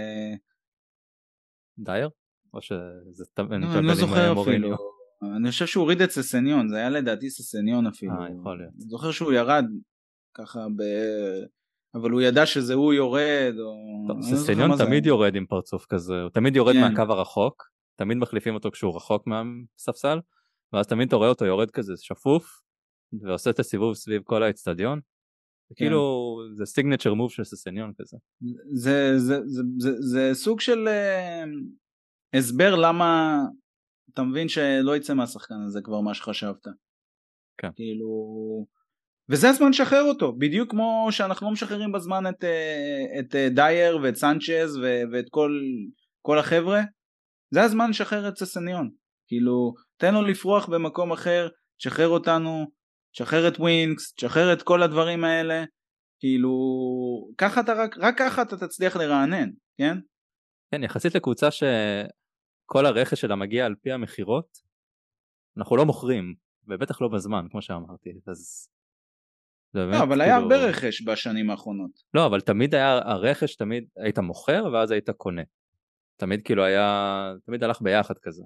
דייר? או שזה... לא, אני לא זוכר אפילו. אני חושב שהוא הוריד את ססניון, זה היה לדעתי ססניון אפילו. אה, יכול להיות. אני זוכר שהוא ירד ככה ב... אבל הוא ידע שזה הוא יורד, או... טוב, ססניון תמיד יורד עם פרצוף כזה, הוא תמיד יורד כן. מהקו הרחוק, תמיד מחליפים אותו כשהוא רחוק מהספסל, ואז תמיד אתה רואה אותו יורד כזה שפוף, ועושה את הסיבוב סביב כל האצטדיון, כן. כאילו זה סיגנצ'ר מוב של ססניון כזה. זה, זה, זה, זה, זה סוג של uh, הסבר למה אתה מבין שלא יצא מהשחקן הזה כבר מה שחשבת. כן. כאילו... וזה הזמן לשחרר אותו, בדיוק כמו שאנחנו לא משחררים בזמן את, את דייר ואת סנצ'ז ואת כל, כל החבר'ה, זה הזמן לשחרר את ססניון, כאילו תן לו לפרוח במקום אחר, תשחרר אותנו, תשחרר את ווינקס, תשחרר את כל הדברים האלה, כאילו ככה אתה רק, רק ככה אתה תצליח לרענן, כן? כן, יחסית לקבוצה שכל הרכש שלה מגיע על פי המחירות, אנחנו לא מוכרים, ובטח לא בזמן, כמו שאמרתי, אז... לא, אבל היה הרבה רכש בשנים האחרונות. לא, אבל תמיד היה הרכש, תמיד היית מוכר ואז היית קונה. תמיד כאילו היה, תמיד הלך ביחד כזה.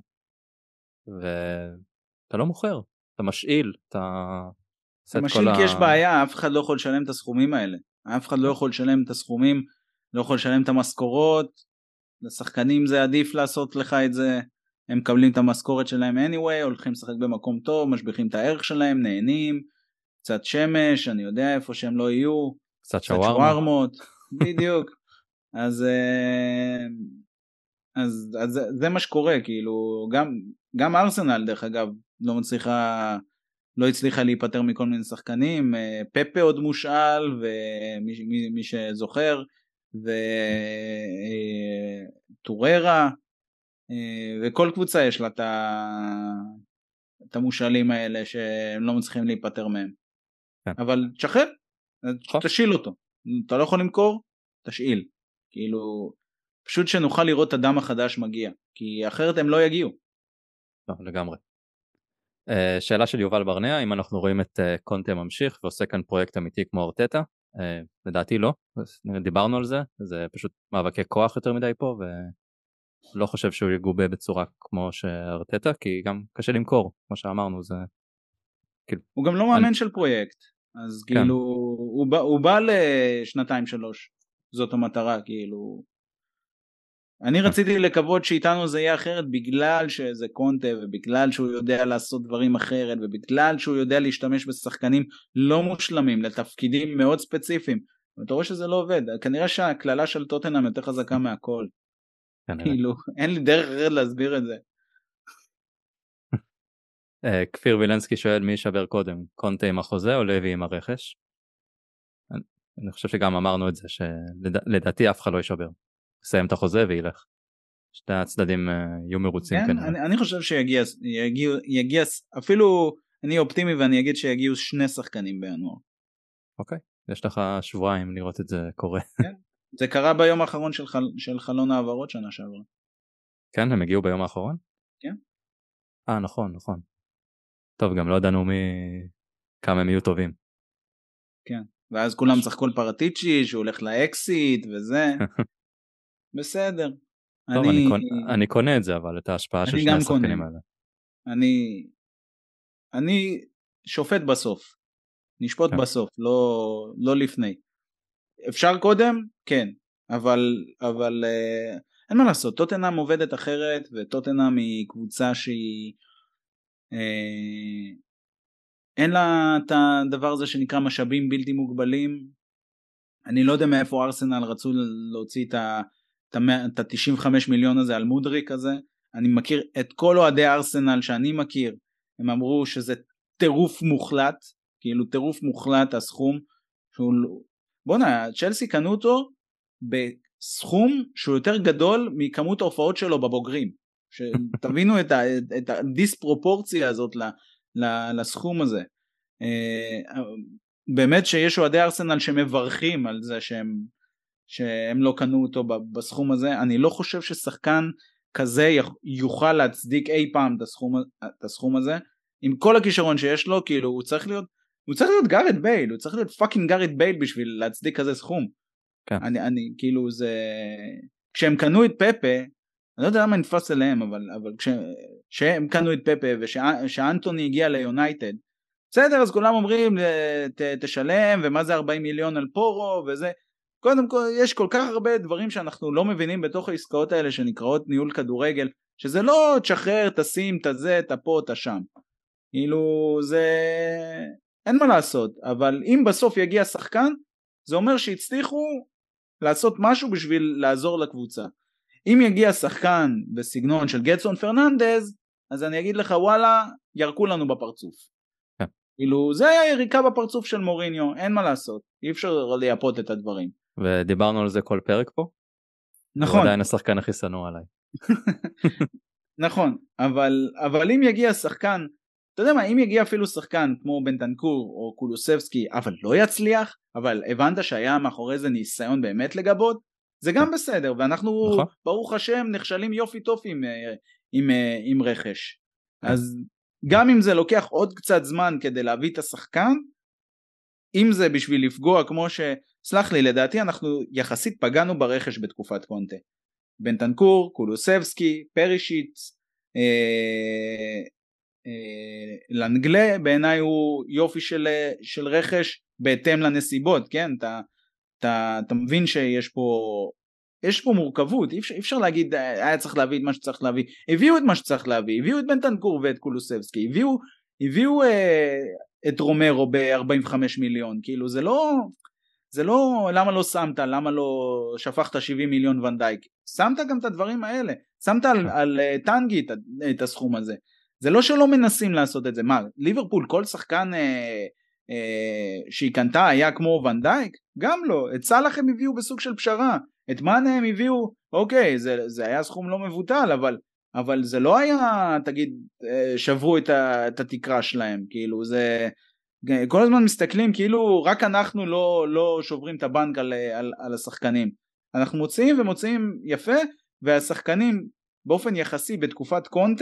ואתה לא מוכר, אתה משאיל, אתה... אתה משאיל כי יש בעיה, אף אחד לא יכול לשלם את הסכומים האלה. אף אחד לא יכול לשלם את הסכומים, לא יכול לשלם את המשכורות, לשחקנים זה עדיף לעשות לך את זה, הם מקבלים את המשכורת שלהם anyway, הולכים לשחק במקום טוב, משביחים את הערך שלהם, נהנים, קצת שמש, אני יודע איפה שהם לא יהיו, קצת שווארמות, בדיוק, אז, אז, אז זה מה שקורה, כאילו, גם, גם ארסנל דרך אגב, לא מצליחה, לא הצליחה להיפטר מכל מיני שחקנים, פפה עוד מושאל, ומי מי, מי שזוכר, וטוררה, וכל קבוצה יש לה את המושאלים האלה, שהם לא מצליחים להיפטר מהם. אבל תשחרר, תשאיל אותו, אתה לא יכול למכור, תשאיל, כאילו פשוט שנוכל לראות את הדם החדש מגיע, כי אחרת הם לא יגיעו. לא, לגמרי. שאלה של יובל ברנע, אם אנחנו רואים את קונטה ממשיך ועושה כאן פרויקט אמיתי כמו ארטטה, לדעתי לא, דיברנו על זה, זה פשוט מאבקי כוח יותר מדי פה, ולא חושב שהוא יגובה בצורה כמו שארטטה, כי גם קשה למכור, כמו שאמרנו, זה... הוא גם לא מאמן של פרויקט, אז כאילו הוא בא, הוא בא לשנתיים שלוש, זאת המטרה, כאילו אני רציתי לקוות שאיתנו זה יהיה אחרת בגלל שזה קונטה ובגלל שהוא יודע לעשות דברים אחרת ובגלל שהוא יודע להשתמש בשחקנים לא מושלמים לתפקידים מאוד ספציפיים, ואתה רואה שזה לא עובד, כנראה שהכללה של טוטנהאם יותר חזקה מהכל, כאילו אין לי דרך אחרת להסביר את זה. כפיר וילנסקי שואל מי ישבר קודם, קונטה עם החוזה או לוי עם הרכש? אני חושב שגם אמרנו את זה, שלדעתי אף אחד לא ישבר, יסיים את החוזה וילך, שתי הצדדים יהיו מרוצים כנראה. אני חושב שיגיע, יגיע, אפילו אני אופטימי ואני אגיד שיגיעו שני שחקנים בינואר. אוקיי, יש לך שבועיים לראות את זה קורה. זה קרה ביום האחרון של חלון העברות שנה שעברה. כן, הם הגיעו ביום האחרון? כן. אה, נכון, נכון. טוב, גם לא ידענו מי... כמה הם יהיו טובים. כן, ואז כולם צחקו על פרטיצ'י, שהוא הולך לאקסיט וזה. בסדר. טוב, אני... אני, קונה, אני קונה את זה, אבל את ההשפעה של שני השחקנים האלה. אני... אני שופט בסוף. נשפוט כן. בסוף, לא, לא לפני. אפשר קודם? כן, אבל, אבל אין מה לעשות, טוטנהאם עובדת אחרת, וטוטנהאם היא קבוצה שהיא, אין לה את הדבר הזה שנקרא משאבים בלתי מוגבלים. אני לא יודע מאיפה ארסנל רצו להוציא את ה-תשעים וחמישה מיליון הזה על מודריק הזה. אני מכיר את כל אוהדי ארסנל שאני מכיר, הם אמרו שזה טירוף מוחלט, כאילו טירוף מוחלט הסכום, בוא'נה, צ'לסי קנו אותו בסכום שהוא יותר גדול מכמות ההופעות שלו בבוגרים, שתבינו את, ה, את הדיספרופורציה הזאת לסכום הזה. באמת שיש אוהדי ארסנל שמברכים על זה שהם, שהם לא קנו אותו בסכום הזה. אני לא חושב ששחקן כזה יוכל להצדיק אי פעם את הסכום, את הסכום הזה, עם כל הכישרון שיש לו, כאילו הוא צריך להיות, הוא צריך להיות גארד בייל, הוא צריך להיות פאקינג גארד בייל בשביל להצדיק כזה סכום. כן. אני, אני, כאילו זה, כשהם קנו את פפה, אני לא יודע למה נתפס אליהם, אבל, אבל כש, כשהם קנו את פפה, ושאנטוני הגיע ליונייטד, בסדר, אז כולם אומרים, ת, תשלם, ומה זה ארבעים מיליון על פורו, וזה, קודם כל, יש כל כך הרבה דברים שאנחנו לא מבינים בתוך העסקאות האלה, שנקראות ניהול כדורגל, שזה לא תשחרר, תשים, תזה, תפה, תשם. כאילו, זה, אין מה לעשות, אבל אם בסוף יגיע שחקן, זה אומר שהצליחו לעשות משהו בשביל לעזור לקבוצה. אם יגיע שחקן בסגנון של גטסון פרננדז, אז אני אגיד לך, וואלה, ירקו לנו בפרצוף. כאילו, זה היה יריקה בפרצוף של מוריניו, אין מה לעשות, אי אפשר לייפות את הדברים. ודיברנו על זה כל פרק פה. נכון. הוא עדיין השחקן הכי שנוא עליי. נכון, אבל, אבל אם יגיע שחקן, אתה יודע מה, אם יגיע אפילו שחקן כמו בנטנקור או קולוסבסקי, אבל לא יצליח, אבל הבנת שהיה מאחורי זה ניסיון באמת לגבות, זה גם בסדר, ואנחנו נכון. ברוך השם נכשלים יופי טוב עם, עם, עם רכש. אז גם אם זה לוקח עוד קצת זמן כדי להביא את השחקן, אם זה בשביל לפגוע כמו ש... סלח לי, לדעתי אנחנו יחסית פגענו ברכש בתקופת קונטה. בנטנקור, קולוסבסקי, פרישיץ, אה, אה, לנגלה, בעיניי הוא יופי של, של רכש בהתאם לנסיבות, כן? אתה, אתה, אתה מבין שיש פה, יש פה מורכבות, אי אפשר, אי אפשר להגיד, היה צריך להביא את מה שצריך להביא, הביאו את מה שצריך להביא, הביאו את בנטנקור ואת קולוסבסקי, הביאו, הביאו אה, את רומרו ב-ארבעים וחמישה מיליון, כאילו זה לא... זה לא, למה לא שמת, למה לא שפכת שבעים מיליון ונדייק, שמת גם את הדברים האלה, שמת על, על טנגי את, את הסכום הזה, זה לא שלא מנסים לעשות את זה, מה, ליברפול כל שחקן אה, אה, שהיא קנתה היה כמו ונדייק, גם לא, את סלאח הם הביאו בסוג של פשרה, את מאנה הם הביאו, אוקיי, זה, זה היה סכום לא מבוטל, אבל, אבל זה לא היה, תגיד, שברו את, ה, את התקרה שלהם, כאילו זה... כל הזמן מסתכלים כאילו רק אנחנו לא, לא שוברים את הבנק על, על, על השחקנים, אנחנו מוצאים ומוצאים יפה, והשחקנים באופן יחסי בתקופת קונטה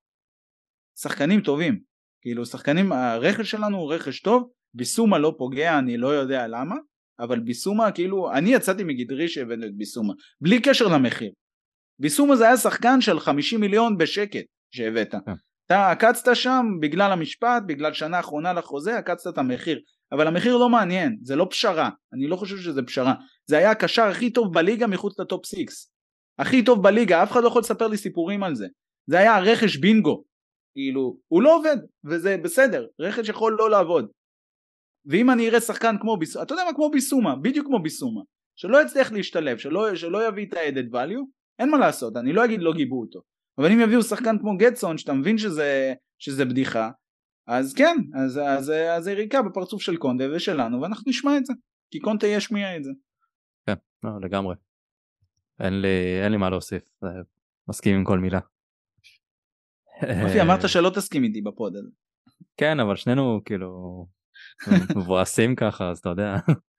שחקנים טובים, כאילו שחקנים, הרכש שלנו הוא רכש טוב, ביסומה לא פוגע, אני לא יודע למה, אבל ביסומה כאילו, אני יצאתי מגדרי שהבאנו את ביסומה בלי קשר למחיר, ביסומה זה היה שחקן של חמישים מיליון בשקט שהבאת, אתה עקצת שם בגלל המשפט, בגלל שנה האחרונה לחוזה, עקצת את המחיר, אבל המחיר לא מעניין, זה לא פשרה, אני לא חושב שזה פשרה, זה היה הקשר הכי טוב בליגה מחוץ לטופ סיקס, הכי טוב בליגה, אף אחד לא יכול לספר לי סיפורים על זה, זה היה רכש בינגו, כאילו, הוא לא עובד, וזה בסדר, רכש יכול לא לעבוד, ואם אני אראה שחקן כמו ביסומה, אתה יודע מה, כמו ביסומה, בדיוק כמו ביסומה, שלא יצליח להשתלב, שלא, שלא יביא את ה-added value, אין מה לעשות, אני לא אגיד לא גיבו אותו, אבל אם יביאו שחקן כמו גטסון, שאתה מבין שזה, שזה בדיחה, אז כן, אז, אז, אז זה יריקה בפרצוף של קונטה ושלנו, ואנחנו נשמע את זה, כי קונטה ישמיע את זה. כן, לא, לגמרי. אין לי, אין לי מה להוסיף, מסכים עם כל מילה. אופי, אמרת שלא תסכים איתי בפוד הזה. כן, אבל שנינו כאילו מבואסים ככה, אז אתה יודע.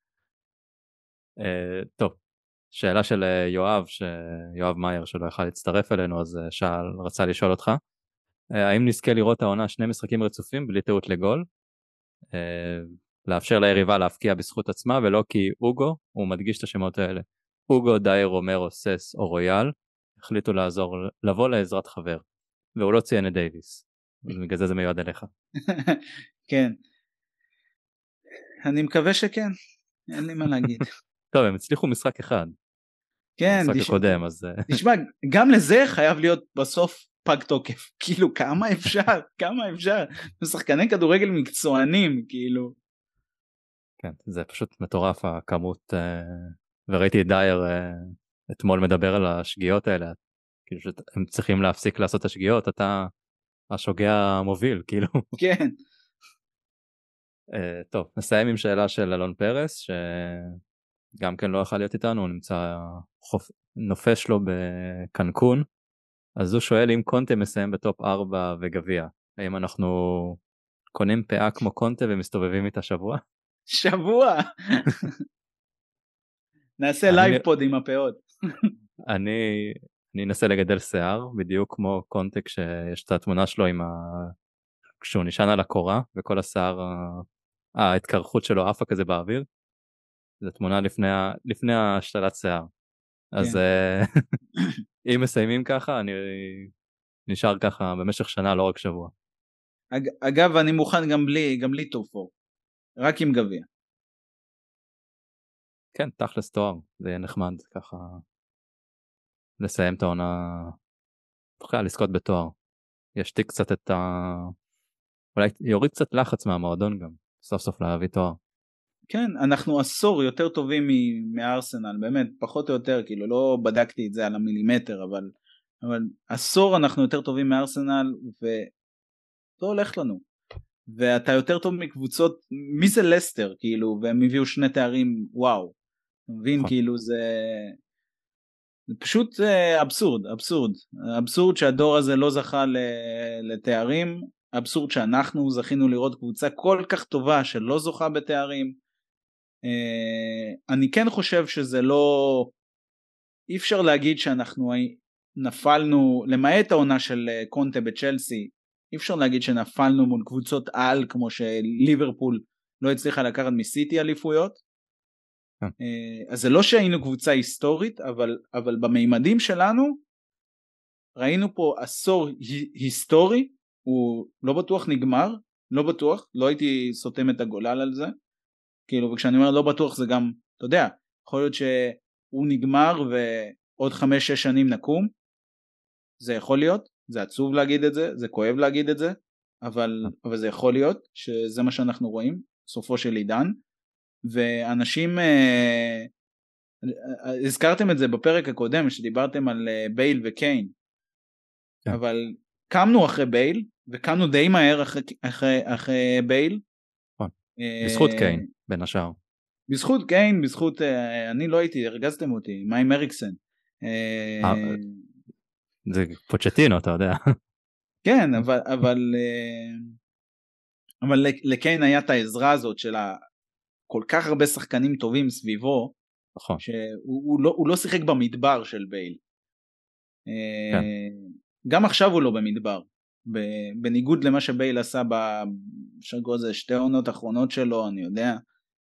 טוב. שאלה של יואב, שיואב מאייר שלא יכל להצטרף אלינו, אז שאל, רצה לשאול אותך, האם נזכה לראות העונה שני משחקים רצופים בלי טעות לגול, לאפשר ליריבה להפקיע בזכות עצמה, ולא כי אוגו, הוא מדגיש את השמות האלה, אוגו, דייר, רומרו, סס או רויאל, החליטו לעזור, לבוא לעזרת חבר, והוא לא ציין את דייביס, ובגלל זה זה מיועד אליך. כן, אני מקווה שכן, אין לי מה להגיד. טוב, הם הצליחו משחק אחד. כן, במשחק תש... הקודם, אז... תשמע, גם לזה חייב להיות בסוף פג תוקף, כאילו כמה אפשר, כמה אפשר, שחקני כדורגל מקצוענים, כאילו. כן, זה פשוט מטורף הכמות, וראיתי את דייר אתמול מדבר על השגיאות האלה, כאילו שהם צריכים להפסיק לעשות את השגיאות, אתה השוגע המוביל, כאילו. כן. טוב, נסיים עם שאלה של אלון פרס, שגם כן לא יכול להיות איתנו, הוא נמצא חופ... נופש לו בקנקון, אז הוא שואל אם קונטה מסיים בטופ ארבע וגביע, האם אנחנו קונים פאה כמו קונטה ומסתובבים איתה שבוע? שבוע. נעשה לייב פוד עם הפאות. אני אני אנסה לגדל שיער בדיוק כמו קונטה, כשיש את התמונה שלו עם ה... כשהוא נשען על הקורה וכל השיער, ההתקרחות שלו עפה כזה באוויר, זו תמונה לפני ה... לפני השתלת שיער. אז אם מסיימים ככה אני נשאר ככה במשך שנה, לא רק שבוע. אגב, אני מוכן גם בלי גם בלי טופ פור, רק עם גביע. כן, תכלס תואר, זה יהיה נחמד ככה לסיים את העונה, בכלל לזכות בתואר, ישתיק קצת את ה... אולי יוריד קצת לחץ מהמועדון גם, סוף סוף להביא תואר. כן, אנחנו עשור יותר טובים מארסנל, באמת, פחות או יותר, כאילו לא בדקתי את זה על המילימטר, אבל, אבל עשור אנחנו יותר טובים מארסנל, ולא הולך לנו. ואתה יותר טוב מקבוצות, מי זה לסטר, כאילו, והם הביאו שני תארים, וואו. מבין, כאילו זה... זה פשוט אבסורד, אבסורד. אבסורד שהדור הזה לא זכה לתארים, אבסורד שאנחנו זכינו לראות קבוצה כל כך טובה שלא זוכה בתארים. אני כן חושב שזה לא... אי אפשר להגיד שאנחנו נפלנו, למעט העונה של קונטה בצ'לסי, אי אפשר להגיד שנפלנו מול קבוצות על, כמו שליברפול לא הצליחה לקחת מסיטי אליפויות. אז זה לא שהיינו קבוצה היסטורית, אבל, אבל במימדים שלנו ראינו פה עשור היסטורי, הוא לא בטוח נגמר, לא בטוח, לא הייתי סותם את הגולל על זה, כאילו, וכשאני אומר לא בטוח זה גם, אתה יודע, יכול להיות שהוא נגמר ועוד חמש שש שנים נקום, זה יכול להיות, זה עצוב להגיד את זה, זה כואב להגיד את זה, אבל, אבל זה יכול להיות שזה מה שאנחנו רואים, סופו של עידן, ואנשים, אה, הזכרתם את זה בפרק הקודם שדיברתם על אה, בייל וקיין, כן. אבל קמנו אחרי בייל וקמנו די מהר אחרי, אחרי, אחרי בייל, אה, בזכות קיין בין השאר, בזכות קיין, בזכות, אה, אני לא הייתי, הרגזתם אותי, מה עם אריקסן, אה, זה פוצ'טינו, אתה יודע. כן, אבל אבל, אה, אבל לקיין היה את העזרה הזאת של ה כל כך הרבה שחקנים טובים סביבו, נכון. שהוא הוא לא, הוא לא שיחק במדבר של בייל. כן. גם עכשיו הוא לא במדבר. בניגוד למה שבייל עשה בשגו זה שתי עונות אחרונות שלו, אני יודע.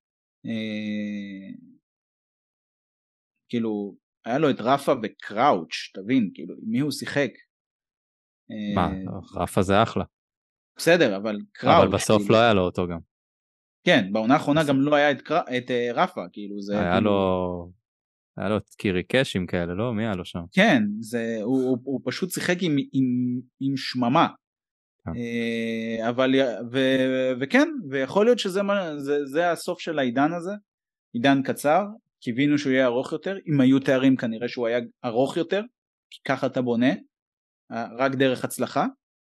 כאילו, היה לו את רפה וקראוץ', תבין, כאילו, מי הוא שיחק? מה, רפה זה אחלה. בסדר, אבל קראוץ'. אבל בסוף כאילו... לא היה לו אותו גם. כן, בעונה האחרונה גם לא היה את, קר... את uh, רפה, כאילו זה... היה כאילו... לו... היה לו את קירי קשים כאלה, לא? מי היה לו שם? כן, זה... הוא, הוא, הוא פשוט שיחק עם, עם, עם שממה. אה, אבל... ו... וכן, ויכול להיות שזה זה, זה הסוף של העידן הזה, עידן קצר, קיווינו שהוא יהיה ארוך יותר, אם היו תארים כנראה שהוא היה ארוך יותר, כי ככה אתה בונה, רק דרך הצלחה.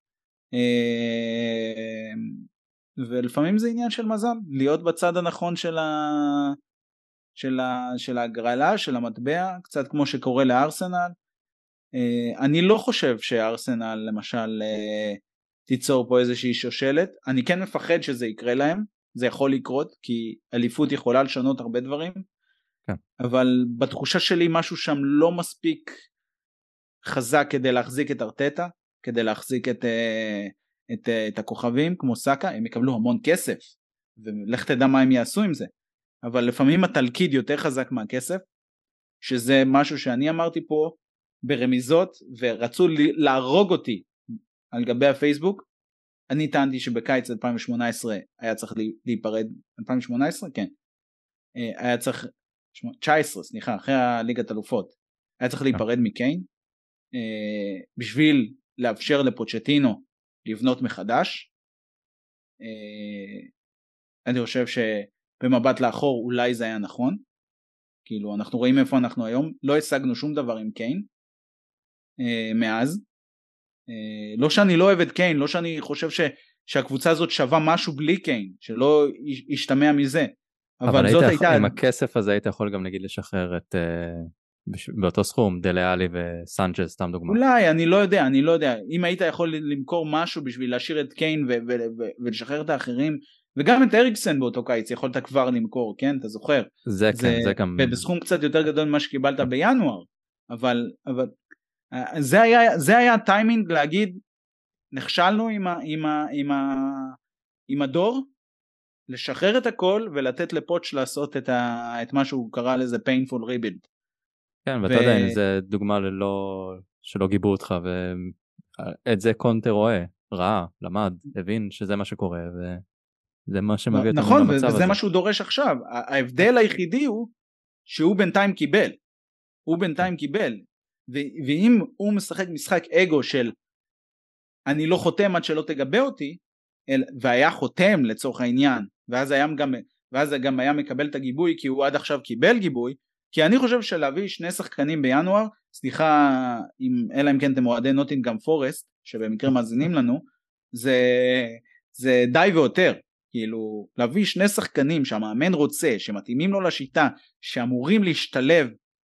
אה... ולפעמים זה עניין של מזל, להיות בצד הנכון של ה... של ה... של ההגרלה, של המטבע, קצת כמו שקורה לארסנל. אני לא חושב שארסנל למשל תיצור פה איזושהי שושלת, אני כן מפחד שזה יקרה להם, זה יכול לקרות, כי אליפות יכולה לשנות הרבה דברים, כן. אבל בתחושה שלי משהו שם לא מספיק חזק כדי להחזיק את ארטטה, כדי להחזיק את... את, את הכוכבים כמו סאקה, הם יקבלו המון כסף, ולך תדע מה הם יעשו עם זה, אבל לפעמים התלכיד יותר חזק מהכסף, שזה משהו שאני אמרתי פה ברמיזות, ורצו להרוג אותי על גבי הפייסבוק. אני טענתי שבקיץ אלפיים שמונה עשרה היה צריך להיפרד, אלפיים שמונה עשרה? כן, היה צריך תשע עשרה, סליחה, אחרי הליגת אלופות, היה צריך להיפרד מקיין, אה, בשביל לאפשר לפוצ'טינו לבנות מחדש. אה, אני חושב שבמבט לאחור אולי זה היה נכון, כאילו אנחנו רואים איפה אנחנו היום, לא השגנו שום דבר עם קיין, אה, מאז, אה, לא שאני לא אוהב את קיין, לא שאני חושב ש, שהקבוצה הזאת שווה משהו בלי קיין, שלא ישתמע מזה, אבל, אבל זאת היית, הייתה... עם הכסף הזה היית יכול גם נגיד לשחרר את, uh, באותו סכום, דליאלי וסנצ'ז, סתם דוגמה. אולי, אני לא יודע, אני לא יודע, אם היית יכול למכור משהו בשביל להשאיר את קיין ו- ו- ו- ולשחרר את האחרים, וגם את אריקסן באותו קיץ יכולת כבר למכור, כן, אתה זוכר? זה, זה כן, זה גם... ובסכום קצת יותר גדול ממה שקיבלת בינואר, אבל, אבל זה היה, זה היה הטיימינג להגיד, נכשלנו עם, ה, עם, ה, עם, ה, עם הדור, לשחרר את הכל ולתת לפוטש לעשות את, ה, את מה שהוא קרא לזה painful rebuild. כן, ואתה ו... יודע, אם זה דוגמה ללא, שלא גיבו אותך, ואת זה קונטר רואה, ראה, למד, הבין שזה מה שקורה, וזה מה שמביא אותנו נכון, למצב הזה. וזה מה שהוא דורש עכשיו. ההבדל היחידי הוא שהוא בינתיים קיבל. הוא בינתיים קיבל. ו- ואם הוא משחק משחק אגו של אני לא חותם עד שלא תגבה אותי, אל, והיה חותם לצורך העניין, ואז, היה גם, ואז גם היה מקבל את הגיבוי, כי הוא עד עכשיו קיבל גיבוי, כי אני חושב שלהביא שני שחקנים בינואר, סליחה, אם, אלא אם כן אתם אוהדי נוטינגהאם פורסט, שבמקרה מאזינים לנו, זה, זה די ויותר, כאילו להביא שני שחקנים שהמאמן רוצה, שמתאימים לו לשיטה, שאמורים להשתלב,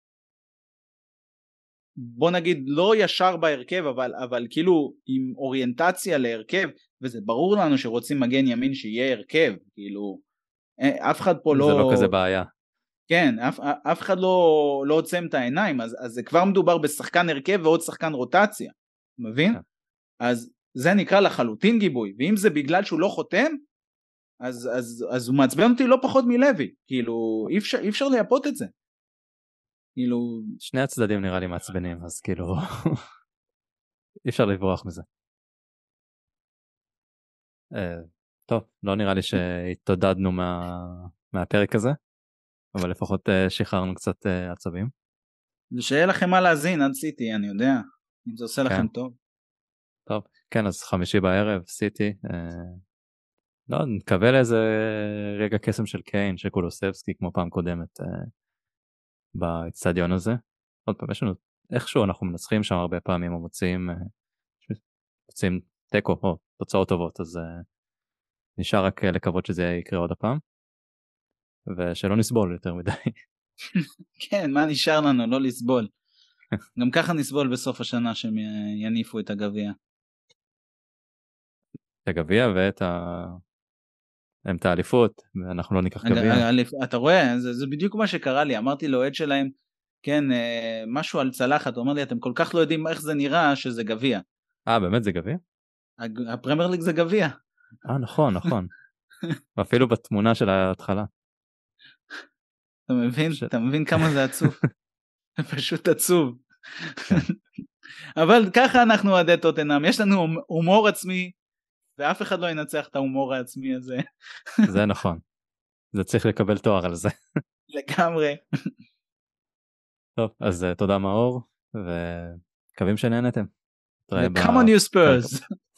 בוא נגיד לא ישר בהרכב, אבל, אבל כאילו עם אוריינטציה להרכב, וזה ברור לנו שרוצים מגן ימין שיהיה הרכב, כאילו אף אחד פה לא... זה לא כזה בעיה. כן, אף, אף אחד לא, לא עוצם את העיניים, אז, אז זה כבר מדובר בשחקן הרכב ועוד שחקן רוטציה, מבין? כן. אז זה נקרא לחלוטין גיבוי, ואם זה בגלל שהוא לא חותם, אז, אז, אז הוא מעצבן אותי לא פחות מלוי, כאילו אי אפשר, אי אפשר לייפות את זה. כאילו... שני הצדדים נראה לי מעצבנים, אז כאילו אי אפשר לברוח מזה. uh, טוב, לא נראה לי שהתעודדנו מה, מהפרק הזה, אבל לפחות uh, שחררנו קצת uh, עצבים. זה שיהיה לכם מה להזין עד סיטי, אני יודע, אם זה עושה כן. לכם טוב. טוב, כן, אז חמישי בערב, סיטי, uh, לא, נקווה לאיזה רגע קסם של קיין, של קולוסבסקי, כמו פעם קודמת, uh, באצטדיון הזה. עוד פעם, יש לנו, איכשהו אנחנו מנצחים שם הרבה פעמים, או מוצאים, מוצאים טקו, או תוצאות טובות, אז uh, נשאר רק לקוות שזה יקרה עוד הפעם, ושלא נסבול יותר מדי. כן, מה נשאר לנו? לא לסבול. גם ככה נסבול בסוף השנה שהם יניפו את הגביע. את הגביע ואת ה... הם את האליפות, ואנחנו לא ניקח גביע. אתה רואה, זה, זה בדיוק מה שקרה לי, אמרתי לאוהד שלהם, כן, משהו על צלחת, הוא אומר לי, אתם כל כך לא יודעים איך זה נראה שזה גביע. אה, באמת זה גביע? הפרמייר ליג זה גביע. אה, נכון, נכון. ואפילו בתמונה של ההתחלה. אתה מבין? ש... אתה מבין כמה זה עצוב? זה פשוט עצוב. אבל ככה אנחנו אוהדי טוטנהאם, יש לנו הומור עצמי, ואף אחד לא ינצח את ההומור העצמי הזה. זה נכון. זה צריך לקבל תואר על זה. לגמרי. טוב, אז תודה מאור, ומקווים שנהנתם. Come on you Spurs.